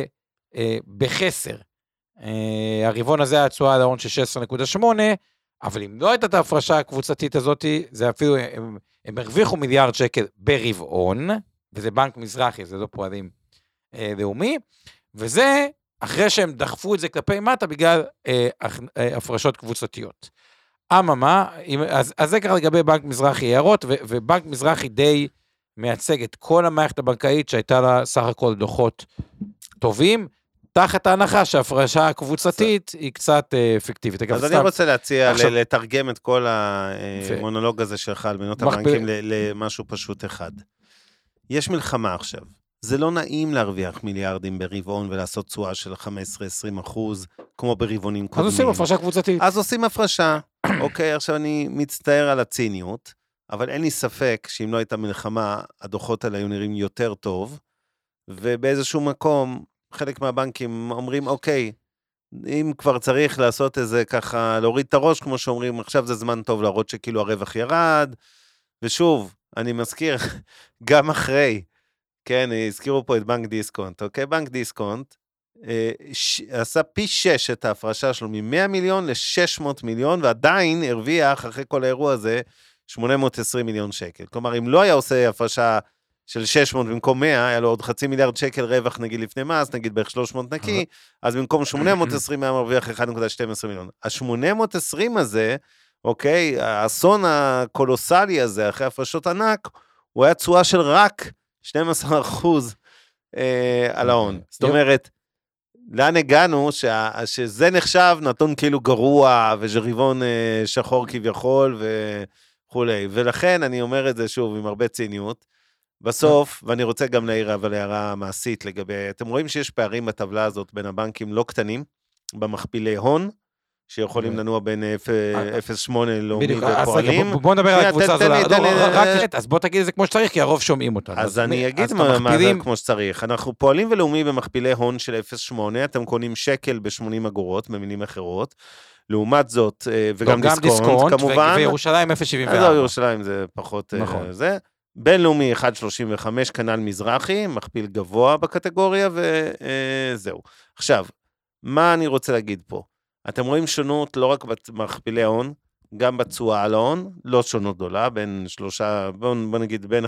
בחסר. הרבעון הזה היה תשואה על ההון של 16.8, אבל אם לא הייתה את ההפרשה הקבוצתית הזאת, זה אפילו, הם הרוויחו מיליארד שקל ברבעון, וזה בנק מזרחי, זה לא פועלים לאומי, וזה אחרי שהם דחפו את זה כלפי מטה, בגלל הפרשות קבוצתיות. אממה, אז זה ככה לגבי בנק מזרחי הערות, ובנק מזרחי די מייצג את כל המערכת הבנקאית, שהייתה לה סך הכל דוחות טובים, תחת ההנחה שההפרשה הקבוצתית היא קצת פיקטיבית. אז אני רוצה להציע לתרגם את כל המונולוג הזה שלך על מנות הבנקים למשהו פשוט אחד. יש מלחמה עכשיו. זה לא נעים להרוויח מיליארדים ברבעון ולעשות תשואה של 15-20%, כמו ברבעונים קודמים. אז עושים הפרשה קבוצתית. אז עושים הפרשה. אוקיי, עכשיו אני מצטער על הציניות, אבל אין לי ספק שאם לא הייתה מלחמה, הדוחות האלה היו נראים יותר טוב, ובאיזשהו מקום, חלק מהבנקים אומרים, אוקיי, אם כבר צריך לעשות איזה ככה, להוריד את הראש, כמו שאומרים, עכשיו זה זמן טוב להראות שכאילו הרווח ירד, ושוב, אני מזכיר, גם אחרי, כן, הזכירו פה את בנק דיסקונט, אוקיי? בנק דיסקונט עשה פי 6 את ההפרשה שלו מ-100 מיליון ל-600 מיליון, ועדיין הרוויח אחרי כל האירוע הזה 820 מיליון שקל. כלומר, אם לא היה עושה הפרשה של 600 במקום 100, היה לו עוד 0.5 מיליארד שקל רווח נגיד לפני מס, נגיד בערך 300 נקי, אז במקום 820 היה מרוויח 1.12 מיליון. ה-820 הזה, אוקיי, האסון הקולוסלי הזה, אחרי הפרשות ענק, הוא היה תשואה של רק 12% על ההון. זאת אומרת, לאן הגענו שזה נחשב נתון כאילו גרוע, ושריבון שחור כביכול וכולי. ולכן אני אומר את זה שוב עם הרבה ציניות, בסוף, ואני רוצה גם להעיר אבל הערה מעשית לגבי, אתם רואים שיש פערים בטבלה הזאת בין הבנקים לא קטנים, במכפילי הון, שיכולים לנוע בין 0.8 לאומי ופועלים. בוא נדבר על הקבוצה הזו, אז בוא תגיד את זה כמו שצריך, כי הרוב שומעים אותנו. אז אני אגיד מה זה כמו שצריך. אנחנו פועלים ולאומי במכפילי הון של 0.8, אתם קונים שקל ב-80 אגורות, במילים אחרות, לעומת זאת, וגם דיסקונט, כמובן. וירושלים 0.74. לא, ירושלים זה פחות זה. בינלאומי 1.35, כנ"ל מזרחי, מכפיל גבוה בקטגוריה, וזהו. עכשיו, מה אני רוצה להגיד פה? אתם רואים שונות לא רק במכפילי ההון, גם בתשואה על ההון, לא שונות גדולה, בין 3, בוא נגיד בין 15%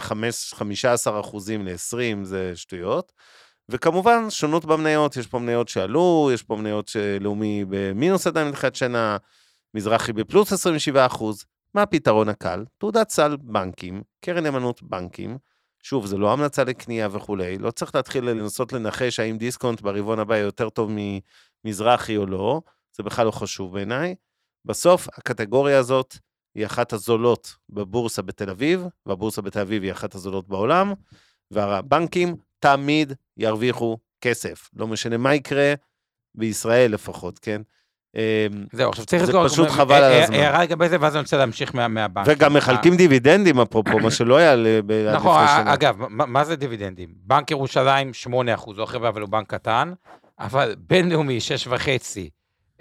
ל-20%, זה שטויות, וכמובן שונות במניות, יש פה מניות שעלו, יש פה מניות שלאומי במינוס עדיין לתחילת שנה, מזרחי בפלוס 27%, מה הפתרון הקל? תעודת סל בנקים, קרן נאמנות בנקים, שוב, זה לא המלצה לקנייה וכולי, לא צריך להתחיל לנסות לנחש האם דיסקונט ברבעון הבא יותר טוב ממזרחי או לא, זה בכלל לא חשוב בעיניי. בסוף, הקטגוריה הזאת היא אחת הזולות בבורסה בתל אביב, והבורסה בתל אביב היא אחת הזולות בעולם, והבנקים תמיד ירוויחו כסף. לא משנה מה יקרה, בישראל לפחות, כן? זהו, עכשיו צריך לזכור, זה פשוט חבל על הזמן. הערה לגבי זה, ואז אני רוצה להמשיך מהבנק. וגם מחלקים דיבידנדים, אפרופו, מה שלא היה נכון, אגב, מה זה דיבידנדים? בנק ירושלים 8%, או חברה, אבל הוא בנק קטן, אבל בינלאומי 6.5%,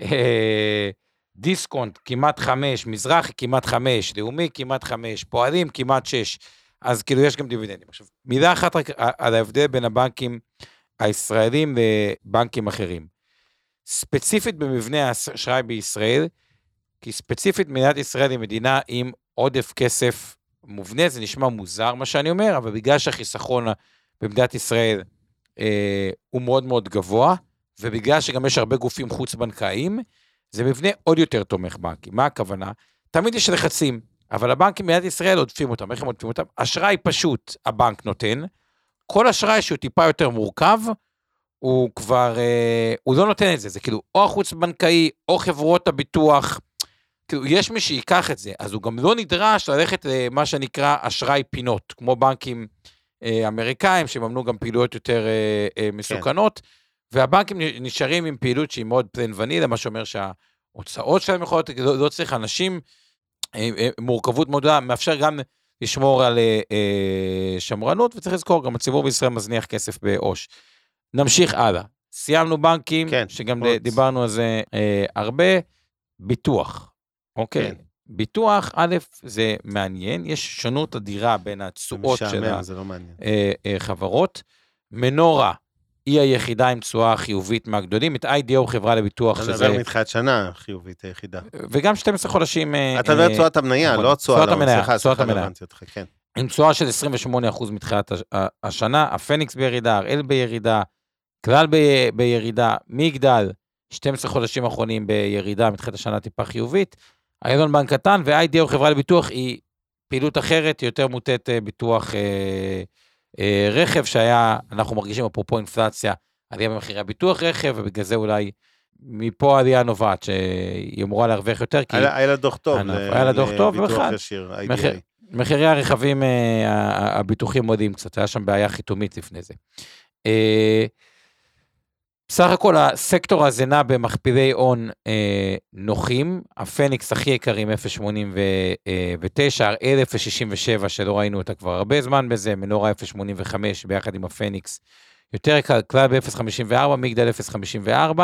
דיסקונט כמעט 5, מזרחי כמעט 5, לאומי כמעט 5, פועלים כמעט 6, אז כאילו יש גם דיבידנדים. עכשיו, מילה אחת רק על ההבדל בין הבנקים הישראלים לבנקים אחרים. ספציפית במבנה האשראי בישראל, כי ספציפית מדינת ישראל היא מדינה עם עודף כסף מובנה, זה נשמע מוזר מה שאני אומר, אבל בגלל שהחיסכון במדינת ישראל הוא מאוד מאוד גבוה, ובגלל שגם יש הרבה גופים חוץ-בנקאיים, זה מבנה עוד יותר תומך בנקים. מה הכוונה? תמיד יש לחצים, אבל הבנקים במדינת ישראל עודפים אותם. איך הם עודפים אותם? אשראי פשוט הבנק נותן, כל אשראי שהוא טיפה יותר מורכב, הוא כבר, הוא לא נותן את זה, זה כאילו או החוץ-בנקאי, או חברות הביטוח, כאילו יש מי שיקח את זה, אז הוא גם לא נדרש ללכת למה שנקרא אשראי פינות, כמו בנקים אמריקאים, שממנו גם פעילויות יותר מסוכנות, והבנקים נשארים עם פעילות שהיא מאוד פלן ונילה, מה שאומר שההוצאות שלהם יכולות, לא צריך אנשים, מורכבות מאוד, מאפשר גם לשמור על שמרנות, וצריך לזכור, גם הציבור בישראל מזניח כסף בעו"ש. נמשיך הלאה. סיימנו בנקים, שגם דיברנו על זה הרבה, ביטוח. אוקיי. ביטוח, א', זה מעניין, יש שונות אדירה בין התשואות של החברות. מנורה, היא היחידה עם תשואה חיובית מהגדולים, את IDO חברה לביטוח שזה... אני מדבר מתחילת שנה חיובית היחידה. וגם 12 חודשים... אתה מדבר תשואת המניה, לא התשואה על ההון, סליחה, הבנתי אותך, כן. עם תשואה של 28% מתחילת השנה, הפניקס בירידה, הראל בירידה, כלל בירידה, מגדל, 12 חודשים האחרונים בירידה מתחילת השנה טיפה חיובית, איילון בנק קטן, ו-IDO חברה לביטוח היא פעילות אחרת, יותר מוטט ביטוח רכב, שהיה, אנחנו מרגישים אפרופו אינפלציה, עלייה במחירי הביטוח רכב, ובגלל זה אולי מפה עלייה נובעת, שהיא אמורה להרוויח יותר, כי... היה לה דוח טוב, היה לה דוח טוב, ביטוח ישיר, IDA. מחירי הרכבים הביטוחים מודיעים קצת, היה שם בעיה חיתומית לפני זה. בסך הכל הסקטור הזה נע במכפילי הון נוחים, הפניקס הכי יקרים 0.89, הראל 0.67 שלא ראינו אותה כבר הרבה זמן בזה, מנורה 0.85 ביחד עם הפניקס, יותר יקר, כלל ב-0.54, מגדל 0.54,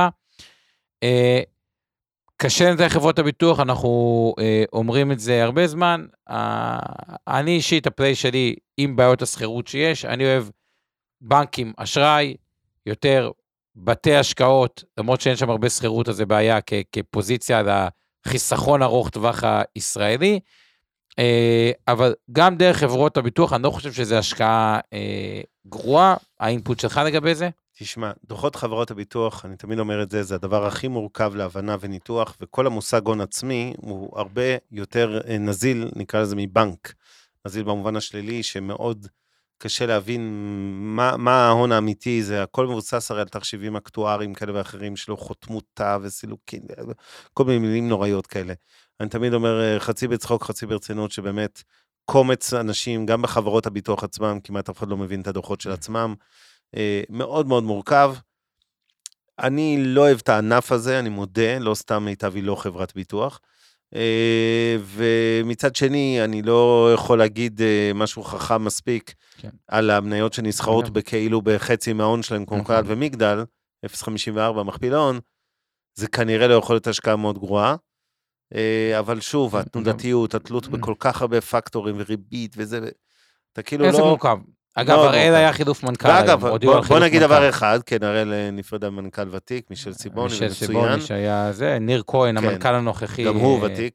קשה לזה חברות הביטוח, אנחנו אומרים את זה הרבה זמן, אני אישית הפליי שלי עם בעיות הסחירות שיש, אני אוהב בנקים, אשראי, יותר בתי השקעות, למרות שאין שם הרבה סחירות, אז זה בעיה כפוזיציה לחיסכון ארוך טווח הישראלי, אבל גם דרך חברות הביטוח, אני לא חושב שזה השקעה גרועה, האינפוט שלך לגבי זה? תשמע, דוחות חברות הביטוח, אני תמיד אומר את זה, זה הדבר הכי מורכב להבנה וניתוח, וכל המושג הון עצמי הוא הרבה יותר נזיל, נקרא לזה מבנק, נזיל במובן השלילי, שמאוד קשה להבין מה ההון האמיתי, זה הכל מבוסס הרי על תחשיבים אקטואריים כאלה ואחרים, שלו חותמותה וסילוקים, כל מיני מילים נוראיות כאלה. אני תמיד אומר, חצי בצחוק, חצי ברצינות, שבאמת קומץ אנשים, גם בחברות הביטוח עצמם, כמעט אף אחד לא מבין את הדוחות של עצמם, מאוד מאוד מורכב. אני לא אוהב את הענף הזה, אני מודה, לא סתם מיטב היא לא חברת ביטוח, ומצד שני, אני לא יכול להגיד משהו חכם מספיק, על המניות שנסחרות בכאילו בחצי מההון שלהם, כמו כלל ומגדל, 0.54 מכפיל ההון, זה כנראה לא יכול להיות השקעה מאוד גרועה, אבל שוב, התנודתיות, התלות בכל כך הרבה פקטורים וריבית וזה, אתה כאילו לא... איזה מורכב. אגב, הראל היה חילוף מנכ"ל. ואגב, בוא נגיד דבר אחד, כן, הראל נפרד מנכ"ל ותיק, מישל סיבוני, מישל סיבוני שהיה זה, ניר כהן, המנכ"ל הנוכחי. גם הוא ותיק.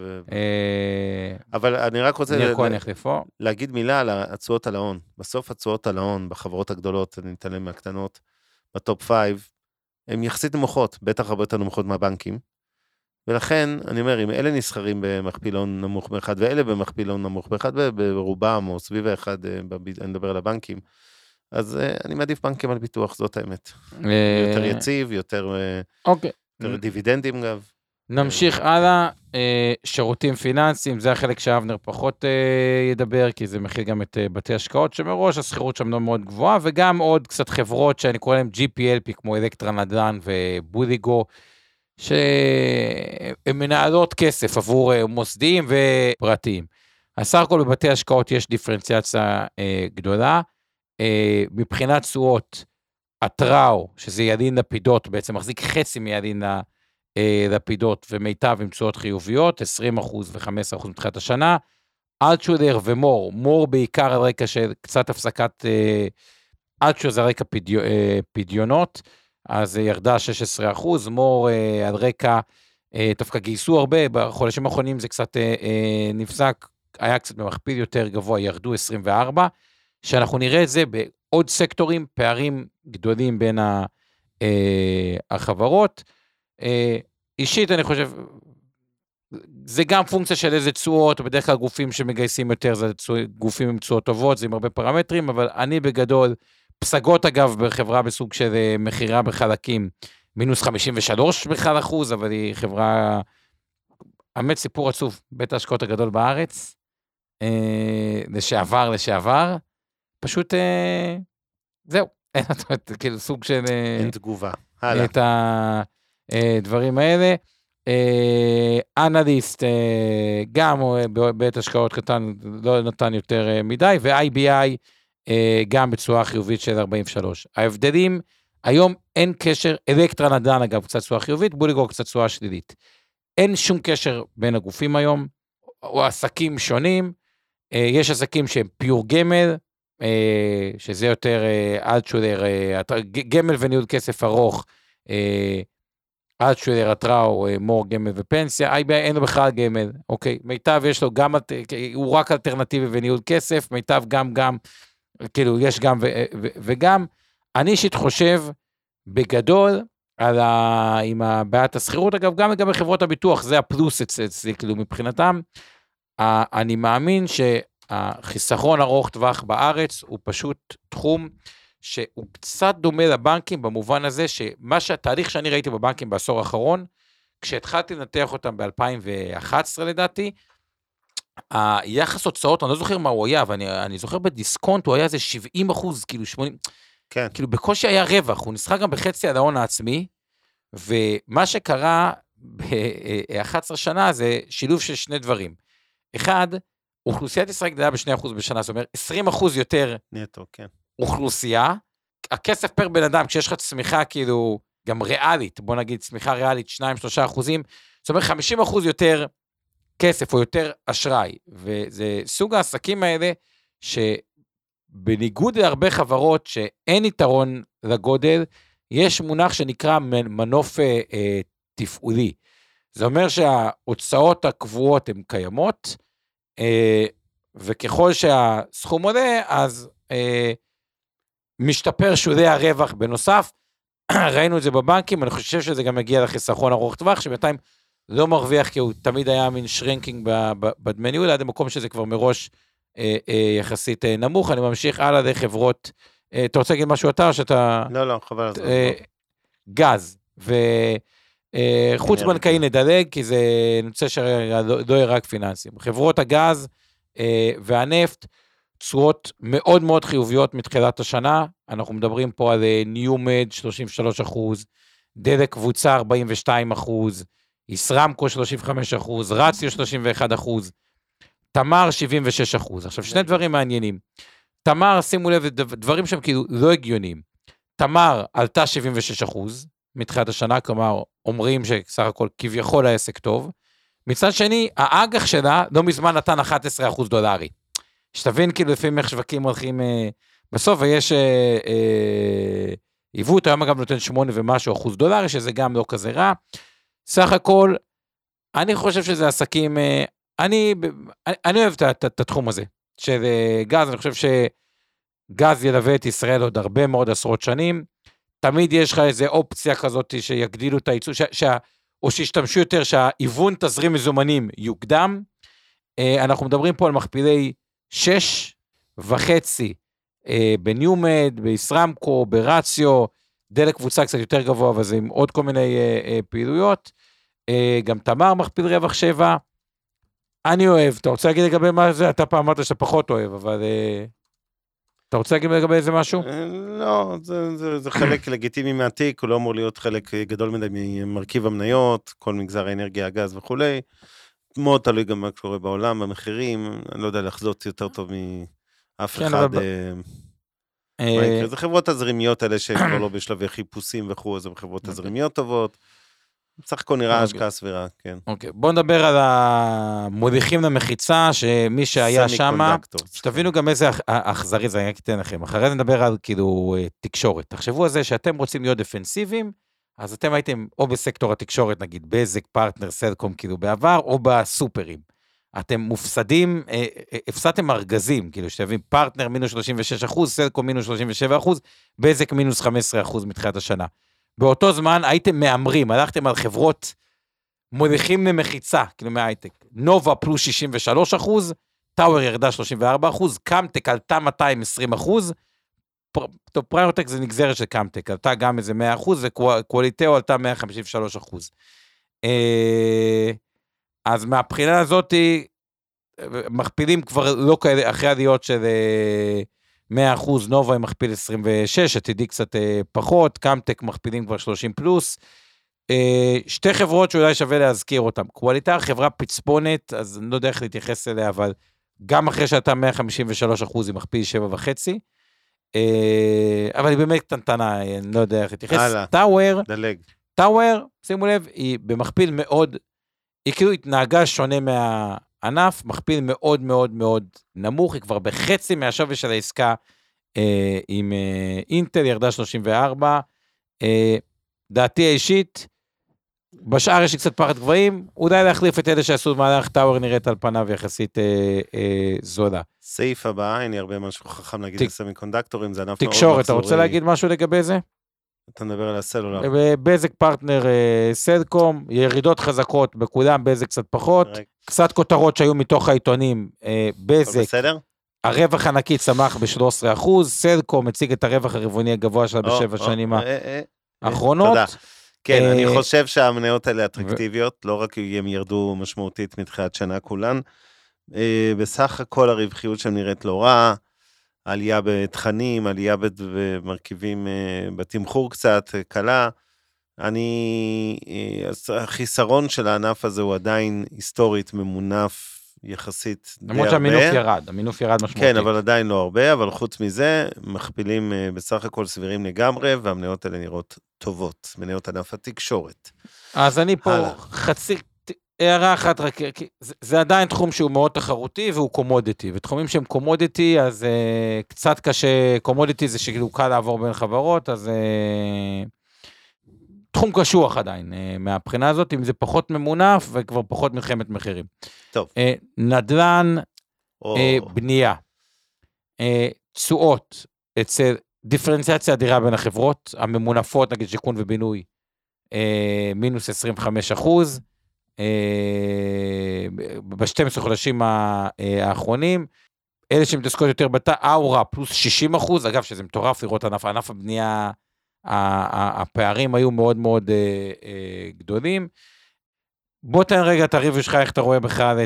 אבל אני רק רוצה להגיד מילה על התשואות על ההון. בסוף התשואות על ההון בחברות הגדולות, אני נתעלם מהקטנות, בטופ 5, הן יחסית נמוכות, בטח הרבה יותר נמוכות מהבנקים. ולכן, אני אומר, אם אלה נסחרים במכפילון נמוך באחד, ואלה במכפילון נמוך באחד, ברובם או סביב האחד, אני מדבר על הבנקים, אז אני מעדיף בנקים על ביטוח, זאת האמת. יותר יציב, יותר דיבידנדים גם. נמשיך הלאה, שירותים פיננסיים, זה החלק שאבנר פחות ידבר, כי זה מכיל גם את בתי השקעות, שמראש הסחירות שם מאוד גבוהה, וגם עוד קצת חברות שאני קורא להם GPLP, כמו אלקטרה נדל"ן ובודיגו, שהן מנהלות כסף עבור מוסדיים ופרטיים. הסך הכל בבתי השקעות יש דיפרנציאציה גדולה, מבחינת תשואות, הטראו, שזה ידין לפידות, בעצם מחזיק חצי מידין לפידות, ומיטב עם תשואות חיוביות, 20% ו-15% מתחילת השנה, אלטשולר ומור, מור בעיקר על רקע של קצת הפסקת, אלטשולר זה על רקע פדיונות, אז ירדה 16%, מור על רקע, דווקא גייסו הרבה, בחודשים האחרונים זה קצת נפסק, היה קצת במכפיל יותר גבוה, ירדו 24, שאנחנו נראה את זה בעוד סקטורים, פערים גדולים בין החברות, אישית אני חושב, זה גם פונקציה של איזה תשואות, בדרך כלל גופים שמגייסים יותר, זה גופים עם תשואות טובות, זה עם הרבה פרמטרים, אבל אני בגדול, פסגות אגב בחברה בסוג של מחירה בחלקים, מינוס 53 בכלל אחוז, אבל היא חברה, האמת סיפור עצוב, בית ההשקעות הגדול בארץ, לשעבר, פשוט, זהו, כאילו סוג של... אין תגובה, הלאה. את הדברים האלה, אנליסט, גם בית השקעות קטן, לא נתן יותר מדי, ו-IBI, גם בצורה חיובית של 43. ההבדלים, היום אין קשר, אלקטרה נדל"ן אגב, קצת צורה חיובית, בודיגו קצת צורה שלילית. אין שום קשר בין הגופים היום, או עסקים שונים, יש עסקים שהם פיור גמל, שזה יותר אלטשולר, גמל וניהול כסף ארוך, אלטשולר, הטראו, מור גמל ופנסיה, IBI אין לו בכלל גמל, אוקיי, מיטב יש לו גם, הוא רק אלטרנטיבי וניהול כסף, מיטב גם, כאילו יש גם וגם, אני אישית חושב בגדול, עם הבעיית הסחירות, אגב, גם לגבי חברות הביטוח, זה הפלוס אצלי, כאילו מבחינתם, אני מאמין שהחיסכון ארוך טווח בארץ, הוא פשוט תחום, שהוא קצת דומה לבנקים, במובן הזה, התהליך שאני ראיתי בבנקים בעשור האחרון, כשהתחלתי לנתח אותם ב-2011 לדעתי, היחס הוצאות, אני לא זוכר מה הוא היה, אבל אני זוכר בדיסקונט, הוא היה איזה 70%, כאילו 80%, כן. כאילו בקושי היה רווח, הוא נסחר גם בחצי על ההון העצמי, ומה שקרה ב-11 שנה, זה שילוב של שני דברים. אחד, אוכלוסיית ישראל גדלה ב2% בשנה, זאת אומרת, 20% יותר נטו, כן. אוכלוסייה, הכסף פר בן אדם, כשיש לך צמיחה כאילו, גם ריאלית, בוא נגיד צמיחה ריאלית 2-3%, זאת אומרת 50% יותר כסף או יותר אשראי, וזה סוג העסקים האלה, שבניגוד להרבה חברות שאין יתרון לגודל, יש מונח שנקרא מנוף תפעולי, זה אומר שההוצאות הקבועות הן קיימות, וככל שהסכום עולה, אז משתפר שולי הרווח בנוסף, ראינו את זה בבנקים, אני חושב שזה גם מגיע לחיסכון ארוך טווח, שבינתיים לא מרוויח, כי הוא תמיד היה מין שרינקינג בדמי ניהול, עד המקום שזה כבר מראש יחסית נמוך, אני ממשיך הלאה לחברות, אתה רוצה להגיד משהו אתה, או שאתה... לא, חבל על זה. גז, וחוץ בנקאי נדלג, כי זה נוצא שלא יהיה רק פיננסים. חברות הגז והנפט, צורות מאוד מאוד חיוביות מתחילת השנה, אנחנו מדברים פה על ניומד 33%, דלק קבוצה 42%, ישרמקו 35%, רציו 31%, תמר 76%. עכשיו שני דברים מעניינים, תמר, שימו לב, דברים שהם כאילו לא הגיוניים, תמר עלתה 76% מתחילת השנה, כלומר אומרים שסך הכל כביכול העסק טוב, מצד שני, האג"ח שלה לא מזמן נתן 11% דולרי. שתבין כאילו לפעמים איך שווקים הולכים בסוף, ויש עיוות, היום גם נותן 8 ומשהו אחוז דולר, שזה גם לא כזה רע. סך הכל, אני חושב שזה עסקים, אני אוהב את התחום הזה, של גז, אני חושב שגז ילווה את ישראל עוד הרבה מאוד עשרות שנים, תמיד יש לך איזו אופציה כזאת שיגדילו את הייצוא, או שישתמשו יותר שהאיוון תזרים מזומנים יוקדם, אנחנו מדברים פה על מכפילי 6.5 בניומד, בישרמקו, ברציו, דלק קבוצה קצת יותר גבוה, אבל זה עם עוד כל מיני פעילויות, גם תמר מכפיל רווח 7, אני אוהב, אתה רוצה להגיד לגבי מה זה? אתה פעם אמרת שאתה פחות אוהב, אבל אתה רוצה להגיד לגבי איזה משהו? לא, זה חלק לגיטימי מהתיק, הוא לא אמור להיות חלק גדול מדי ממרכיב המניות, כל מגזר האנרגיה, הגז וכולי, מאוד תלוי גם מה קורה בעולם, במחירים, אני לא יודע לחזות יותר טוב מאף אחד. זה חברות תזרימיות האלה שכבר לא בשלבי חיפושים וכו', אז הן חברות תזרימיות טובות, בסך הכל נראה השקעה סבירה, כן. אוקיי, בואו נדבר על המוליכים למחיצה, שמי שהיה שם, שתבינו גם איזה אכזרי זה, אני אתן לכם, אחרי זה נדבר על כאילו תקשורת, תחשבו על זה שאתם רוצים להיות דפנסיביים, אז אתם הייתם או בסקטור התקשורת, נגיד בזק, פרטנר, סלקום, כאילו בעבר, או בסופרים. אתם מופסדים, הפסדתם ארגזים, כאילו שתבין, פרטנר מינוס 36%, סלקום מינוס 37%, בזק מינוס 15% מתחילת השנה. באותו זמן הייתם מאמרים, הלכתם על חברות מוליכים למחיצה, כאילו מההייטק. נובה פלוס 63%, טאוור ירדה 34%, קמטק עלתה 220%, טוב, פריורטק זה נגזרת של קמטק, עלתה גם איזה 100%, וקואליטאו עלתה 153%. אז מהבחינה הזאת, מכפילים כבר לא כאלה, אחרי עליות של 100%, נובה מכפיל 26, עתידי קצת פחות, קמטק מכפילים כבר 30 פלוס, שתי חברות שאולי שווה להזכיר אותן, קואליטה, חברה פצפונת, אז אני לא יודע איך להתייחס אליה, אבל גם אחרי שאתה 153%, היא מכפיל 7.5, אבל היא באמת קטנטנה, אני לא יודע איך להתייחס. טאוור, שימו לב, היא במכפיל מאוד, היא כאילו התנהגה שונה מהענף, מכפיל מאוד מאוד מאוד נמוך, היא כבר בחצי מהשווי של העסקה עם אינטל, ירדה 34, דעתי האישית, בשאר יש לי קצת פחד גבוהים, אולי להחליף את אלה שעשו מהלך טאוור נראית על פניו יחסית זולה. סעיף הבא, אין לי הרבה משהו חכם להגיד לסמיקונדקטורים, זה ענף מאוד תקשורת, אתה רוצה להגיד משהו לגבי זה? אתה מדבר על הסלולר. בזק פרטנר סלקום, ירידות חזקות בכולם, בזק קצת פחות, קצת כותרות שהיו מתוך העיתונים, בזק, הרווח הנקי צמח ב-13%, סלקום מציג את הרווח הרבעוני הגבוה שלה בשבע שנים האחרונות. תודה. כן, אני חושב שהמניות האלה אטרקטיביות, לא רק הם ירדו משמעותית מתחילת שנה כולן, בסך הכל הרווחיות שם נראית לא רע, עלייה בתכנים, עלייה במרכיבים בתמחור קצת, קלה, החיסרון של הענף הזה הוא עדיין היסטורית ממונף יחסית די הרבה. למרות שהמינוף ירד משמעותי. כן, אבל עדיין לא הרבה, אבל חוץ מזה, מכפילים בסך הכל סבירים לגמרי, והמניות האלה נראות טובות, מניות ענף התקשורת. אז אני פה חצי, הערה אחת רק, זה עדיין תחום שהוא מאוד תחרותי, והוא קומודיטי, ותחומים שהם קומודיטי, אז קצת קשה, קומודיטי זה שכאילו קל לעבור בין חברות, אז תחום קשוח עדיין, מהבחינה הזאת, אם זה פחות ממונף, וכבר פחות מלחמת מחירים. טוב. נדל"ן, בנייה, תשואות, אצל דיפרנציאציה אדירה בין החברות, הממונפות, נגיד שיכון ובינוי, מינוס 25%, ב-12 חודשים האחרונים, אלה שמתעסקות יותר אאורה, פלוס 60%, אגב שזה מטורף לראות ענף הבנייה, הפערים היו מאוד מאוד גדולים. בוא תן רגע את הריב שלך, איך אתה רואה בכלל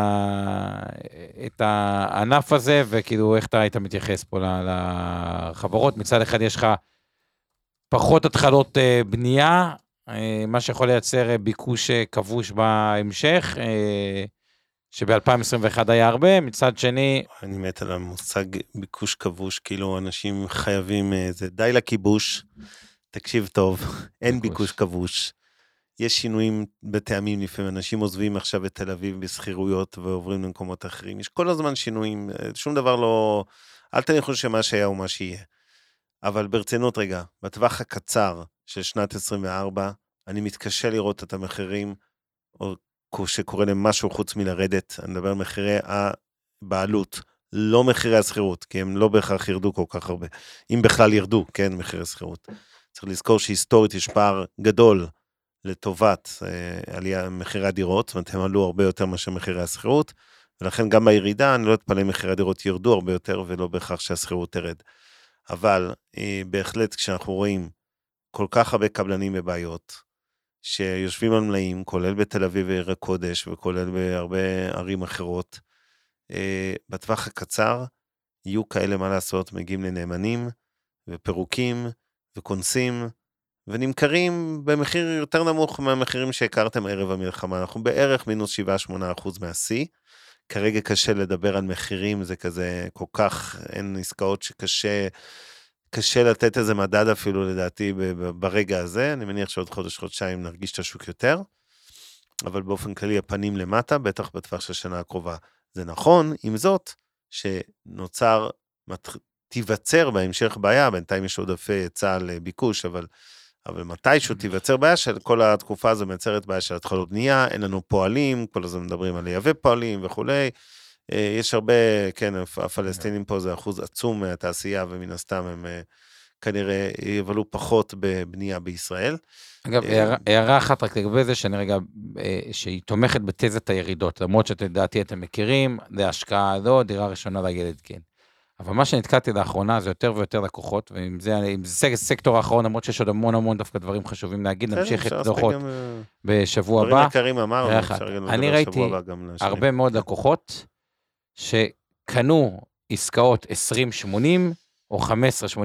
את הענף הזה, וכאילו איך אתה היית מתייחס פה לחברות, מצד אחד יש לך פחות התחלות בנייה, מה שיכול לייצר ביקוש כבוש בהמשך, שב-2021 היה הרבה, מצד שני... אני מת על המושג ביקוש כבוש, כאילו אנשים חייבים, זה די לכיבוש, תקשיב טוב, אין ביקוש כבוש, יש שינויים בטעמים לפעמים, אנשים עוזבים עכשיו את תל אביב בסחירויות ועוברים למקומות אחרים, יש כל הזמן שינויים, שום דבר לא, אל תניחו שמה שהיה הוא מה שיהיה. אבל ברצינות רגע, בטווח הקצר של שנת 24, אני מתקשה לראות את המחירים, או שקורה להם משהו חוץ מלרדת, אני מדבר על מחירי הבעלות, לא מחירי הסחירות, כי הם לא בהכרח ירדו כל כך הרבה, אם בכלל ירדו, כן, מחירי הסחירות. צריך לזכור שהיסטורית יש פער גדול, לטובת עלייה מחירי הדירות, זאת אומרת, הם עלו הרבה יותר מאשר מחירי הסחירות, ולכן גם בירידה, אני לא אתפלא מחירי הדירות ירדו הרבה יותר, ולא בהכרח שהסחירות תרד. אבל בהחלט כשאנחנו רואים כל כך הרבה קבלנים בבעיות, שיושבים על מלאים, כולל בתל אביב ועיר הקודש, וכולל בהרבה ערים אחרות, בטווח הקצר, יהיו כאלה מה לעשות, מגיעים לנאמנים, ופירוקים, וכונסים, ונמכרים במחיר יותר נמוך מהמחירים שהכרתם ערב המלחמה, אנחנו בערך מינוס 7-8% מהשיא, כרגע קשה לדבר על מחירים, זה כזה כל כך, אין עסקאות שקשה לתת איזה מדד אפילו לדעתי ברגע הזה, אני מניח שעוד חודש-חודשיים נרגיש את השוק יותר, אבל באופן כללי הפנים למטה, בטח בטווח של שנה הקרובה, זה נכון, עם זאת, שנוצר, תיווצר בהמשך בעיה, בינתיים יש עודפי היצע לביקוש, אבל מתישהו תיווצר בעיה של כל התקופה הזו מייצרת בעיה של התחלות בנייה, אין לנו פועלים, כל הזמן מדברים על לייבא פועלים וכולי, יש הרבה, כן, הפלסטינים פה זה אחוז עצום מהתעשייה, ומן הסתם הם כנראה יבלו פחות בבנייה בישראל. אגב, הערה אחת רק לגבי זה, שאני רגע, שהיא תומכת בתזת הירידות, למרות שתדעתי אתם מכירים, זה השקעה לא, דירה ראשונה לילד כן. אבל מה שנתקעתי לאחרונה זה יותר ויותר לקוחות, ואם זה סקטור האחרון, למרות שיש עוד המון דווקא דברים חשובים להגיד, נמשיך את דוחות בשבוע הבא. דברים יקרים אמרנו, אני ראיתי הרבה מאוד לקוחות שקנו עסקאות 20-80, או 15-85,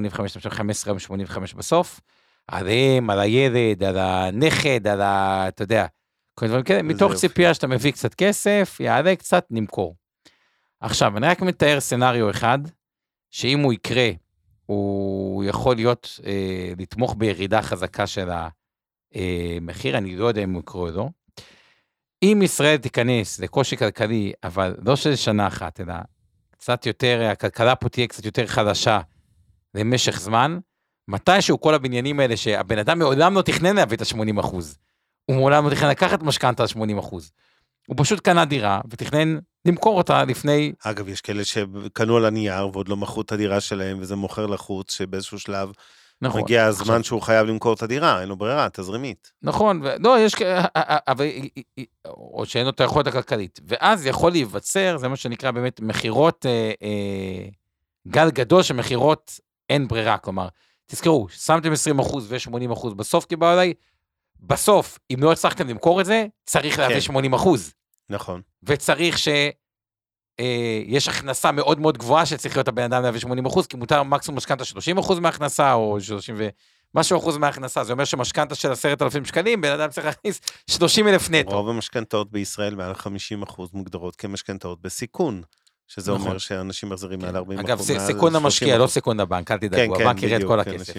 15-85 בסוף, עליהם, על הילד, על הנכד, על אתה יודע, כל דברים כאלה, מתוך ציפייה שאתה מביא קצת כסף, יעלה קצת, נמכור. עכשיו, אני רק מתאר סנריו אחד, שאם הוא יקרה, הוא יכול להיות, לתמוך בירידה חזקה של המחיר, אני לא יודע אם הוא יקרה או לא. אם ישראל תיכנס לקושי כלכלי, אבל לא של שנה אחת, אלא קצת יותר, הכלכלה פה תהיה קצת יותר חדשה למשך זמן, מתישהו כל הבניינים האלה שהבן אדם מעולם לא תכנן להביא את ה-80%, הוא מעולם לא תכנן לקחת משכנתה על 80%, הוא פשוט קנה דירה ותכנן למכור אותה לפני... אגב, יש כאלה שקנו על הנייר ועוד לא מכרו את הדירה שלהם, וזה מוכר לחוץ, שבאיזשהו שלב נכון, מגיע הזמן עכשיו... שהוא חייב למכור את הדירה, אין לו ברירה, תזרימית. נכון, לא, יש... אבל... או שאין לו את היכולת הכלכלית. ואז יכול להיווצר, זה מה שנקרא באמת מחירות, גל גדול שמחירות אין ברירה, כלומר, תזכרו, שמתם 20% ו-80% בסוף קיבל עליי, בסוף, אם לא הצלחתם למכור את זה, צריך להביא 80%. נכון. וצריך שיש הכנסה מאוד מאוד גבוהה שצריך להיות הבן אדם להביא 80%, כי מותר מקסימום משכנתה 30% מההכנסה, או 30 ומשהו אחוז מההכנסה, זה אומר שמשכנתה של 10,000 שקלים, בן אדם צריך להכניס 30,000 נטו. רוב המשכנתאות בישראל מעל 50% מוגדרות כמשכנתאות בסיכון, שזה אומר שאנשים מחזירים מעל 40%. אגב, סיכון המשקיע, לא סיכון הבנק, אל תדאגו, הבנק יראה את כל הכסף.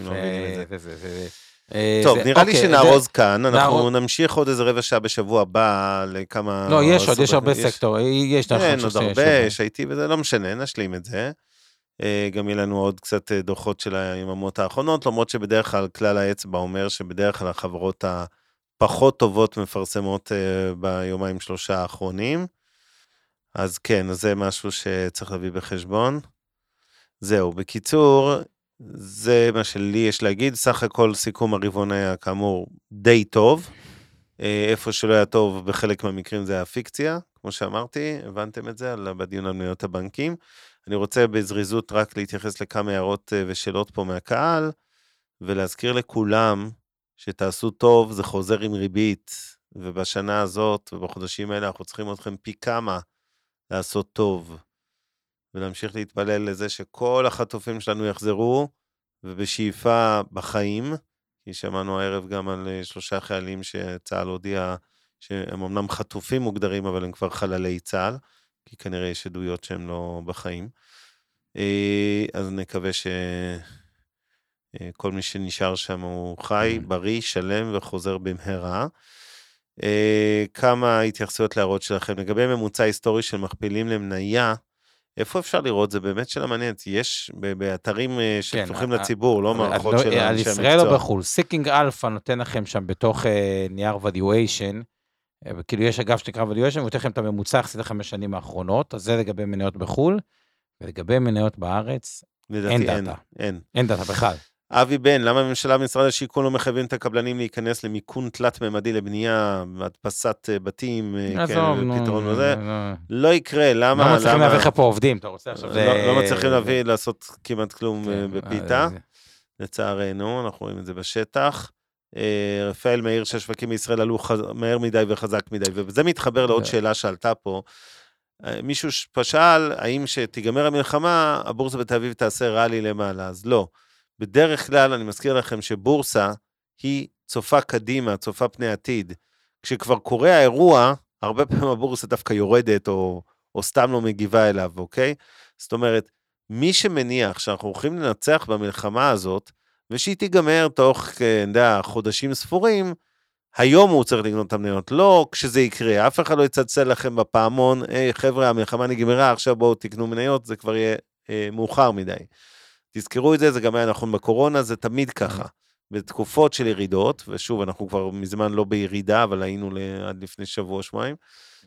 טוב, נראה לי שנערוז כאן, אנחנו נמשיך עוד איזה רבע שעה בשבוע הבא לכמה... לא, יש עוד, יש הרבה סקטור, יש עוד הרבה, יש איתי, וזה לא משנה, נשלים את זה. גם יהיה לנו עוד קצת דוחות של היממות האחרונות, למרות שבדרך כלל כלל האצבע אומר שבדרך כלל החברות הפחות טובות מפרסמות ביומיים 3 האחרונים. אז כן, אז זה משהו שצריך להביא בחשבון. זהו, בקיצור... זה מה שלי יש להגיד, סך הכל סיכום הרבעון היה כאמור די טוב, איפה שלא היה טוב בחלק מהמקרים זה היה פיקציה, כמו שאמרתי, הבנתם את זה בדיון על מניות הבנקים, אני רוצה בזריזות רק להתייחס לכמה הערות ושאלות פה מהקהל, ולהזכיר לכולם שתעשו טוב, זה חוזר עם ריבית, ובשנה הזאת ובחודשים האלה אנחנו צריכים אתכם פי כמה לעשות טוב, ולהמשיך להתפלל לזה שכל החטופים שלנו יחזרו, ובשאיפה בחיים, כי שמענו הערב גם על 3 חיילים שצה"ל הודיע, שהם אמנם חטופים מוגדרים, אבל הם כבר חללי צה"ל, כי כנראה יש עדויות שהם לא בחיים. אז נקווה שכל מי שנשאר שם הוא חי, בריא, שלם וחוזר במהרה. כמה התייחסויות להראות שלכם, לגבי ממוצע היסטורי של מכפילים למניה, איפה אפשר לראות? זה באמת שאלה מעניינת, יש באתרים שפתוחים לציבור, לא מערכות של אנשי המקצוע. על ישראל או בחול, סיקינג אלפא נותן לכם שם בתוך נייר valuation, כאילו יש אגף שנקרא valuation, ונותן לכם את הממוצע יחסית ל5 שנים האחרונות, אז זה לגבי מניות בחול, ולגבי מניות בארץ, אין דאטה. אין דאטה בכלל. אבי בן, למה הממשלה ומשרד השיכון לא מחייבים את הקבלנים להיכנס למיכון תלת-ממדי לבנייה, הדפסת בתים, פתרון וזה? לא יקרה, למה? לא מצליחים להביא לך פה עובדים, אתה רוצה עכשיו? לא מצליחים להביא, לעשות כמעט כלום בפיתה, לצערנו, אנחנו רואים את זה בשטח. רפאל מאיר שהשווקים בישראל עלו מהר מדי וחזק מדי, וזה מתחבר לעוד שאלה שעלתה פה, מישהו פשאל, האם שתיגמר המלחמה, הבורסה בתל אביב תעשה רלי למעלה, אז לא. בדרך כלל, אני מזכיר לכם שבורסה היא צופה קדימה, צופה פני עתיד. כשכבר קורה האירוע, הרבה פעמים הבורסה דווקא יורדת, או סתם לא מגיבה אליו, אוקיי? זאת אומרת, מי שמניח שאנחנו הולכים לנצח במלחמה הזאת, ושהיא תיגמר תוך, חודשים ספורים, היום הוא צריך לגנות את המניות. לא כשזה יקרה, אף אחד לא יצלצל לכם בפעמון, חבר'ה, המלחמה נגמרה, עכשיו בואו תקנו מניות, זה כבר יהיה מאוחר מדי. תזכרו את זה, זה גם היה נכון בקורונה, זה תמיד ככה. בתקופות של ירידות, ושוב, אנחנו כבר מזמן לא בירידה, אבל היינו עד לפני שבוע, שבועיים,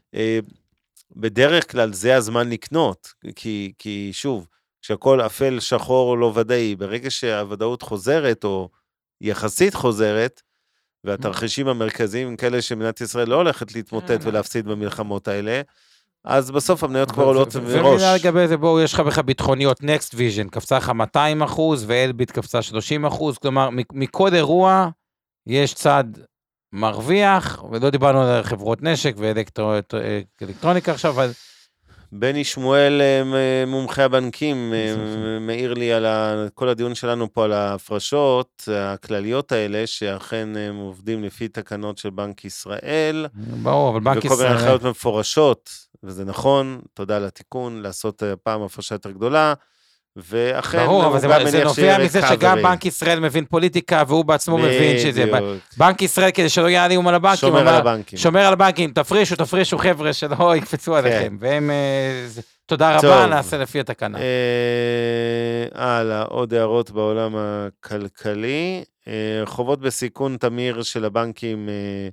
בדרך כלל זה הזמן לקנות, כי שוב, כשהכל אפל, שחור, לא ודאי, ברגע שהוודאות חוזרת, או יחסית חוזרת, והתרחישים המרכזיים כאלה שמדינת ישראל לא הולכת להתמוטט ולהפסיד במלחמות האלה, אז בסוף המניות כבר עולות מראש. ומילה לגבי זה, בואו, יש לך בכלל ביטחוניות, Next Vision, קפצה לך 200%, ואלביט קפצה 30%, כלומר, מכל אירוע יש צד מרוויח, ולא דיברנו על חברות נשק ואלקטרוניקה עכשיו, אבל... בני שמואל, מומחי הבנקים, מעיר לי על כל הדיון שלנו פה על ההפרשות הכלליות האלה, שאכן הם עובדים לפי תקנות של בנק ישראל, ברור, אבל בנק ישראל... וכל מיני הנחיות מפורשות, וזה נכון, תודה על התיקון, לעשות פעם הפרשה יותר גדולה, ואכן... ברור, אבל זה נובע מזה שגם בנק ישראל מבין פוליטיקה, והוא בעצמו מבין שזה... בנק ישראל, כדי שלא יהיה איום על הבנקים, שומר על הבנקים, תפרישו חבר'ה שלא יקפצו עליכם, והם... תודה רבה, נעשה לפי התקנה. הלאה, עוד הערות בעולם הכלכלי, חובות בסיכון תמיר של הבנקים,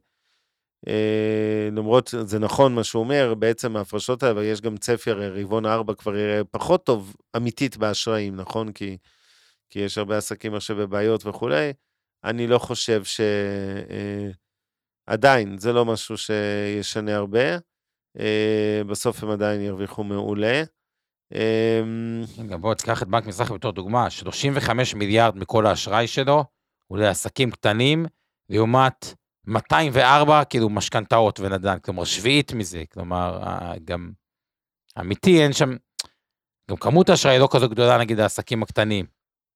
למרות זה נכון מה שהוא אומר, בעצם ההפרשות האלה, ויש גם צפי, רבעון 4 כבר יראה פחות טוב אמיתית באשראים, נכון? כי יש הרבה עסקים עכשיו בבעיות וכו'. אני לא חושב עדיין, זה לא משהו שישנה הרבה, בסוף הם עדיין ירוויחו מעולה. בואו תקח את בנק מזרחי בתור דוגמה, 35 מיליארד מכל האשראי שלו, הוא לעסקים קטנים, לעומת 204 כאילו משכנתאות ונדל"ן, כלומר שביעית מזה, כלומר גם אמיתי אין שם, גם כמות האשראי לא כזו גדולה נגיד העסקים הקטנים.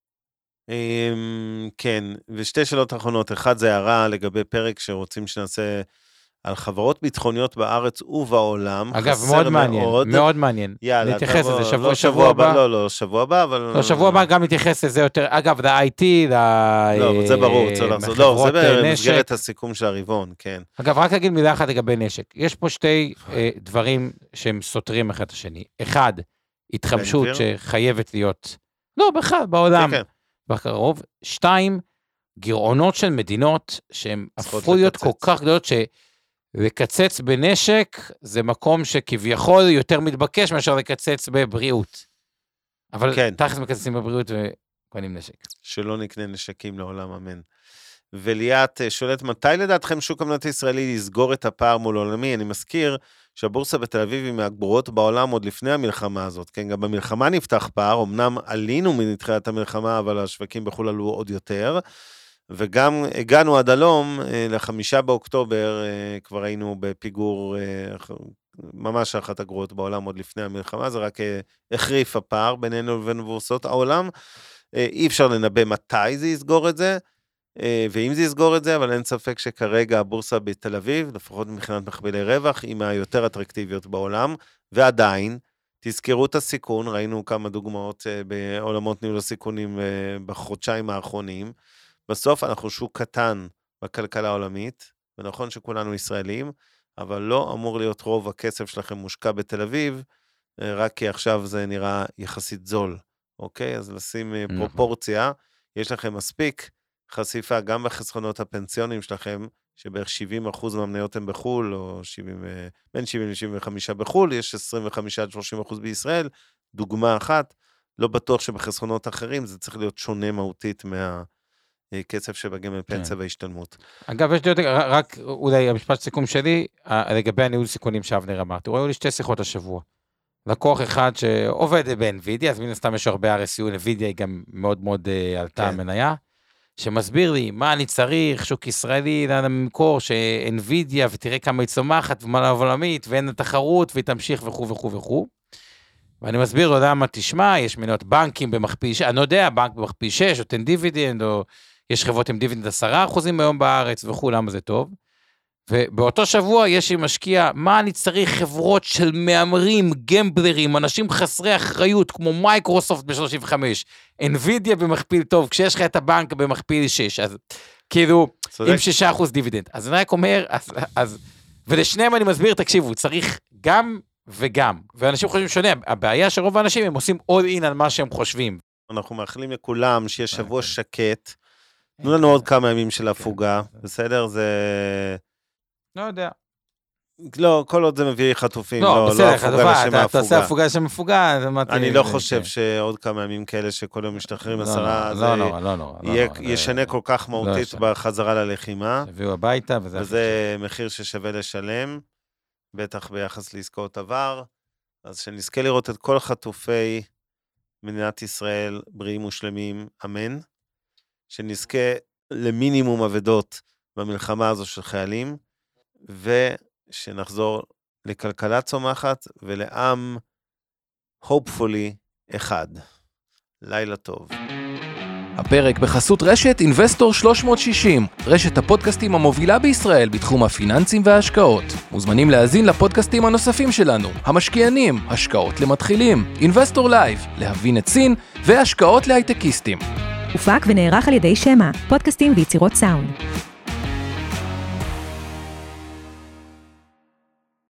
כן, ושתי שאלות אחרונות, אחד זה הערה לגבי פרק שרוצים שנעשה על חברות ביטחוניות בארץ ובעולם. אגב, מאוד מעניין, מאוד מעניין. יאללה, נתייחס לזה שבוע הבא. לא, שבוע הבא, אבל... לא, שבוע הבא גם נתייחס לזה יותר, אגב, ל-IT, לא, זה ברור, צריך לחזור. לא, זה במסגרת הסיכום של הרבעון, כן. אגב, רק אגיד מילה אחת לגבי נשק. יש פה שתי דברים שהם סותרים אחד את השני. אחד, התחמשות שחייבת להיות, לא, בכלל, בעולם, בקרוב. 2, גירעונות של מדינות שהן הפכו להיות כל כך גדולות לקצץ בנשק זה מקום שכביכול יותר מתבקש מאשר לקצץ בבריאות. אבל כן. תכף מקצצים בבריאות וקונים נשק. שלא נקנה נשקים לעולם, אמן. וליאת שואלת, מתי לדעתכם שוק המניות הישראלי לסגור את הפער מול עולמי? אני מזכיר שהבורסה בתל אביב היא מהגבוהות בעולם עוד לפני המלחמה הזאת. כן, גם במלחמה נפתח פער, אמנם עלינו מתחילת המלחמה, אבל השווקים בחו"ל עלו עוד יותר. וגם הגענו עד הלום, ל5 באוקטובר, כבר היינו בפיגור ממש אחת הגרועות בעולם עוד לפני המלחמה, זה רק החריף הפער בינינו לבין בורסות העולם, אי אפשר לנבא מתי זה יסגור את זה, ואם זה יסגור את זה, אבל אין ספק שכרגע הבורסה בתל אביב, לפחות מבחינת מכפילי רווח, היא מהיותר אטרקטיביות בעולם, ועדיין, תזכרו את הסיכון, ראינו כמה דוגמאות בעולמות ניהול הסיכונים בחודשיים האחרונים, בסוף אנחנו שוק קטן בכלכלה העולמית, ונכון שכולנו ישראלים, אבל לא אמור להיות רוב הכסף שלכם מושקע בתל אביב, רק כי עכשיו זה נראה יחסית זול, אוקיי? אז לשים פרופורציה, יש לכם מספיק חשיפה גם בחסכונות הפנסיונים שלכם, שבערך 70% מהמניות הם בחול, או בין 70-75 בחול, יש 25-30% בישראל, דוגמה אחת, לא בטוח שבחסכונות אחרים, זה צריך להיות שונה מהותית מהכסף שבגמל פנסיה והשתלמות. אגב, יש לי רק אולי המשפט סיכום שלי, לגבי הניהול סיכונים שאבנר אמר, תראו, היו לי 2 שיחות השבוע. לקוח אחד שעובד ב-NVIDIA, אז מן הסתם יש הרבה RSU, NVIDIA היא גם מאוד מאוד עלתה המניה, שמסביר לי מה אני צריך, שוק ישראלי, לאן המקור, ש-NVIDIA, ותראה כמה היא צומחת, ומה עולמית, ואין התחרות, והיא תמשיך וכו' וכו' וכו'. ואני מסביר לו למה תשמע, יש מניות בנקים במכפיל 6, אני לא יודע, בנק במכפיל 6, נותן דיבידנד, או יש חברות עם דיבידנד 10% היום בארץ, וכו', למה זה טוב. ובאותו שבוע יש לי משקיע, מה אני צריך חברות של מאמרים, גמבלרים, אנשים חסרי אחריות, כמו מייקרוסופט ב-35, NVIDIA במכפיל טוב, כשיש לך את הבנק במכפיל 6, אז כאילו, עם 6% דיבידנד. אז אני רק אומר, ולשניהם אני מסביר, תקשיבו, צריך גם וגם, ואנשים חושבים שונה, הבעיה שרוב האנשים הם עושים all in על מה שהם חושבים. אנחנו מאחלים לכולם שיש שבוע שקט, תנו לנו עוד כמה ימים של הפוגה, בסדר? זה... לא יודע. לא, כל עוד זה מביא חטופים, לא בסדר, חטופה, אתה עושה הפוגה שמפוגה, אני לא חושב שעוד כמה ימים כאלה שכל יום משתחררים 10, זה ישנה כל כך מהותית בחזרה ללחימה, הביאו הביתה, וזה מחיר ששווה לשלם, בטח ביחס לעסקאות עבר, אז שנזכה לראות את כל חטופי מדינת ישראל בריאים ושלמים, אמן, שנזכה למינימום עבדות במלחמה הזו של חיילים, ושנחזור לכלכלה צומחת ולעם, hopefully, אחד. לילה טוב. הפרק בחסות רשת אינבסטור 360, רשת הפודקאסטים המובילה בישראל בתחום הפיננסים וההשקעות. מוזמנים להאזין לפודקאסטים הנוספים שלנו, המשקיענים, השקעות למתחילים, אינבסטור לייב, להבין את סין, והשקעות להייטקיסטים. הופק ונערך על ידי שמה, פודקאסטים ויצירות סאונד.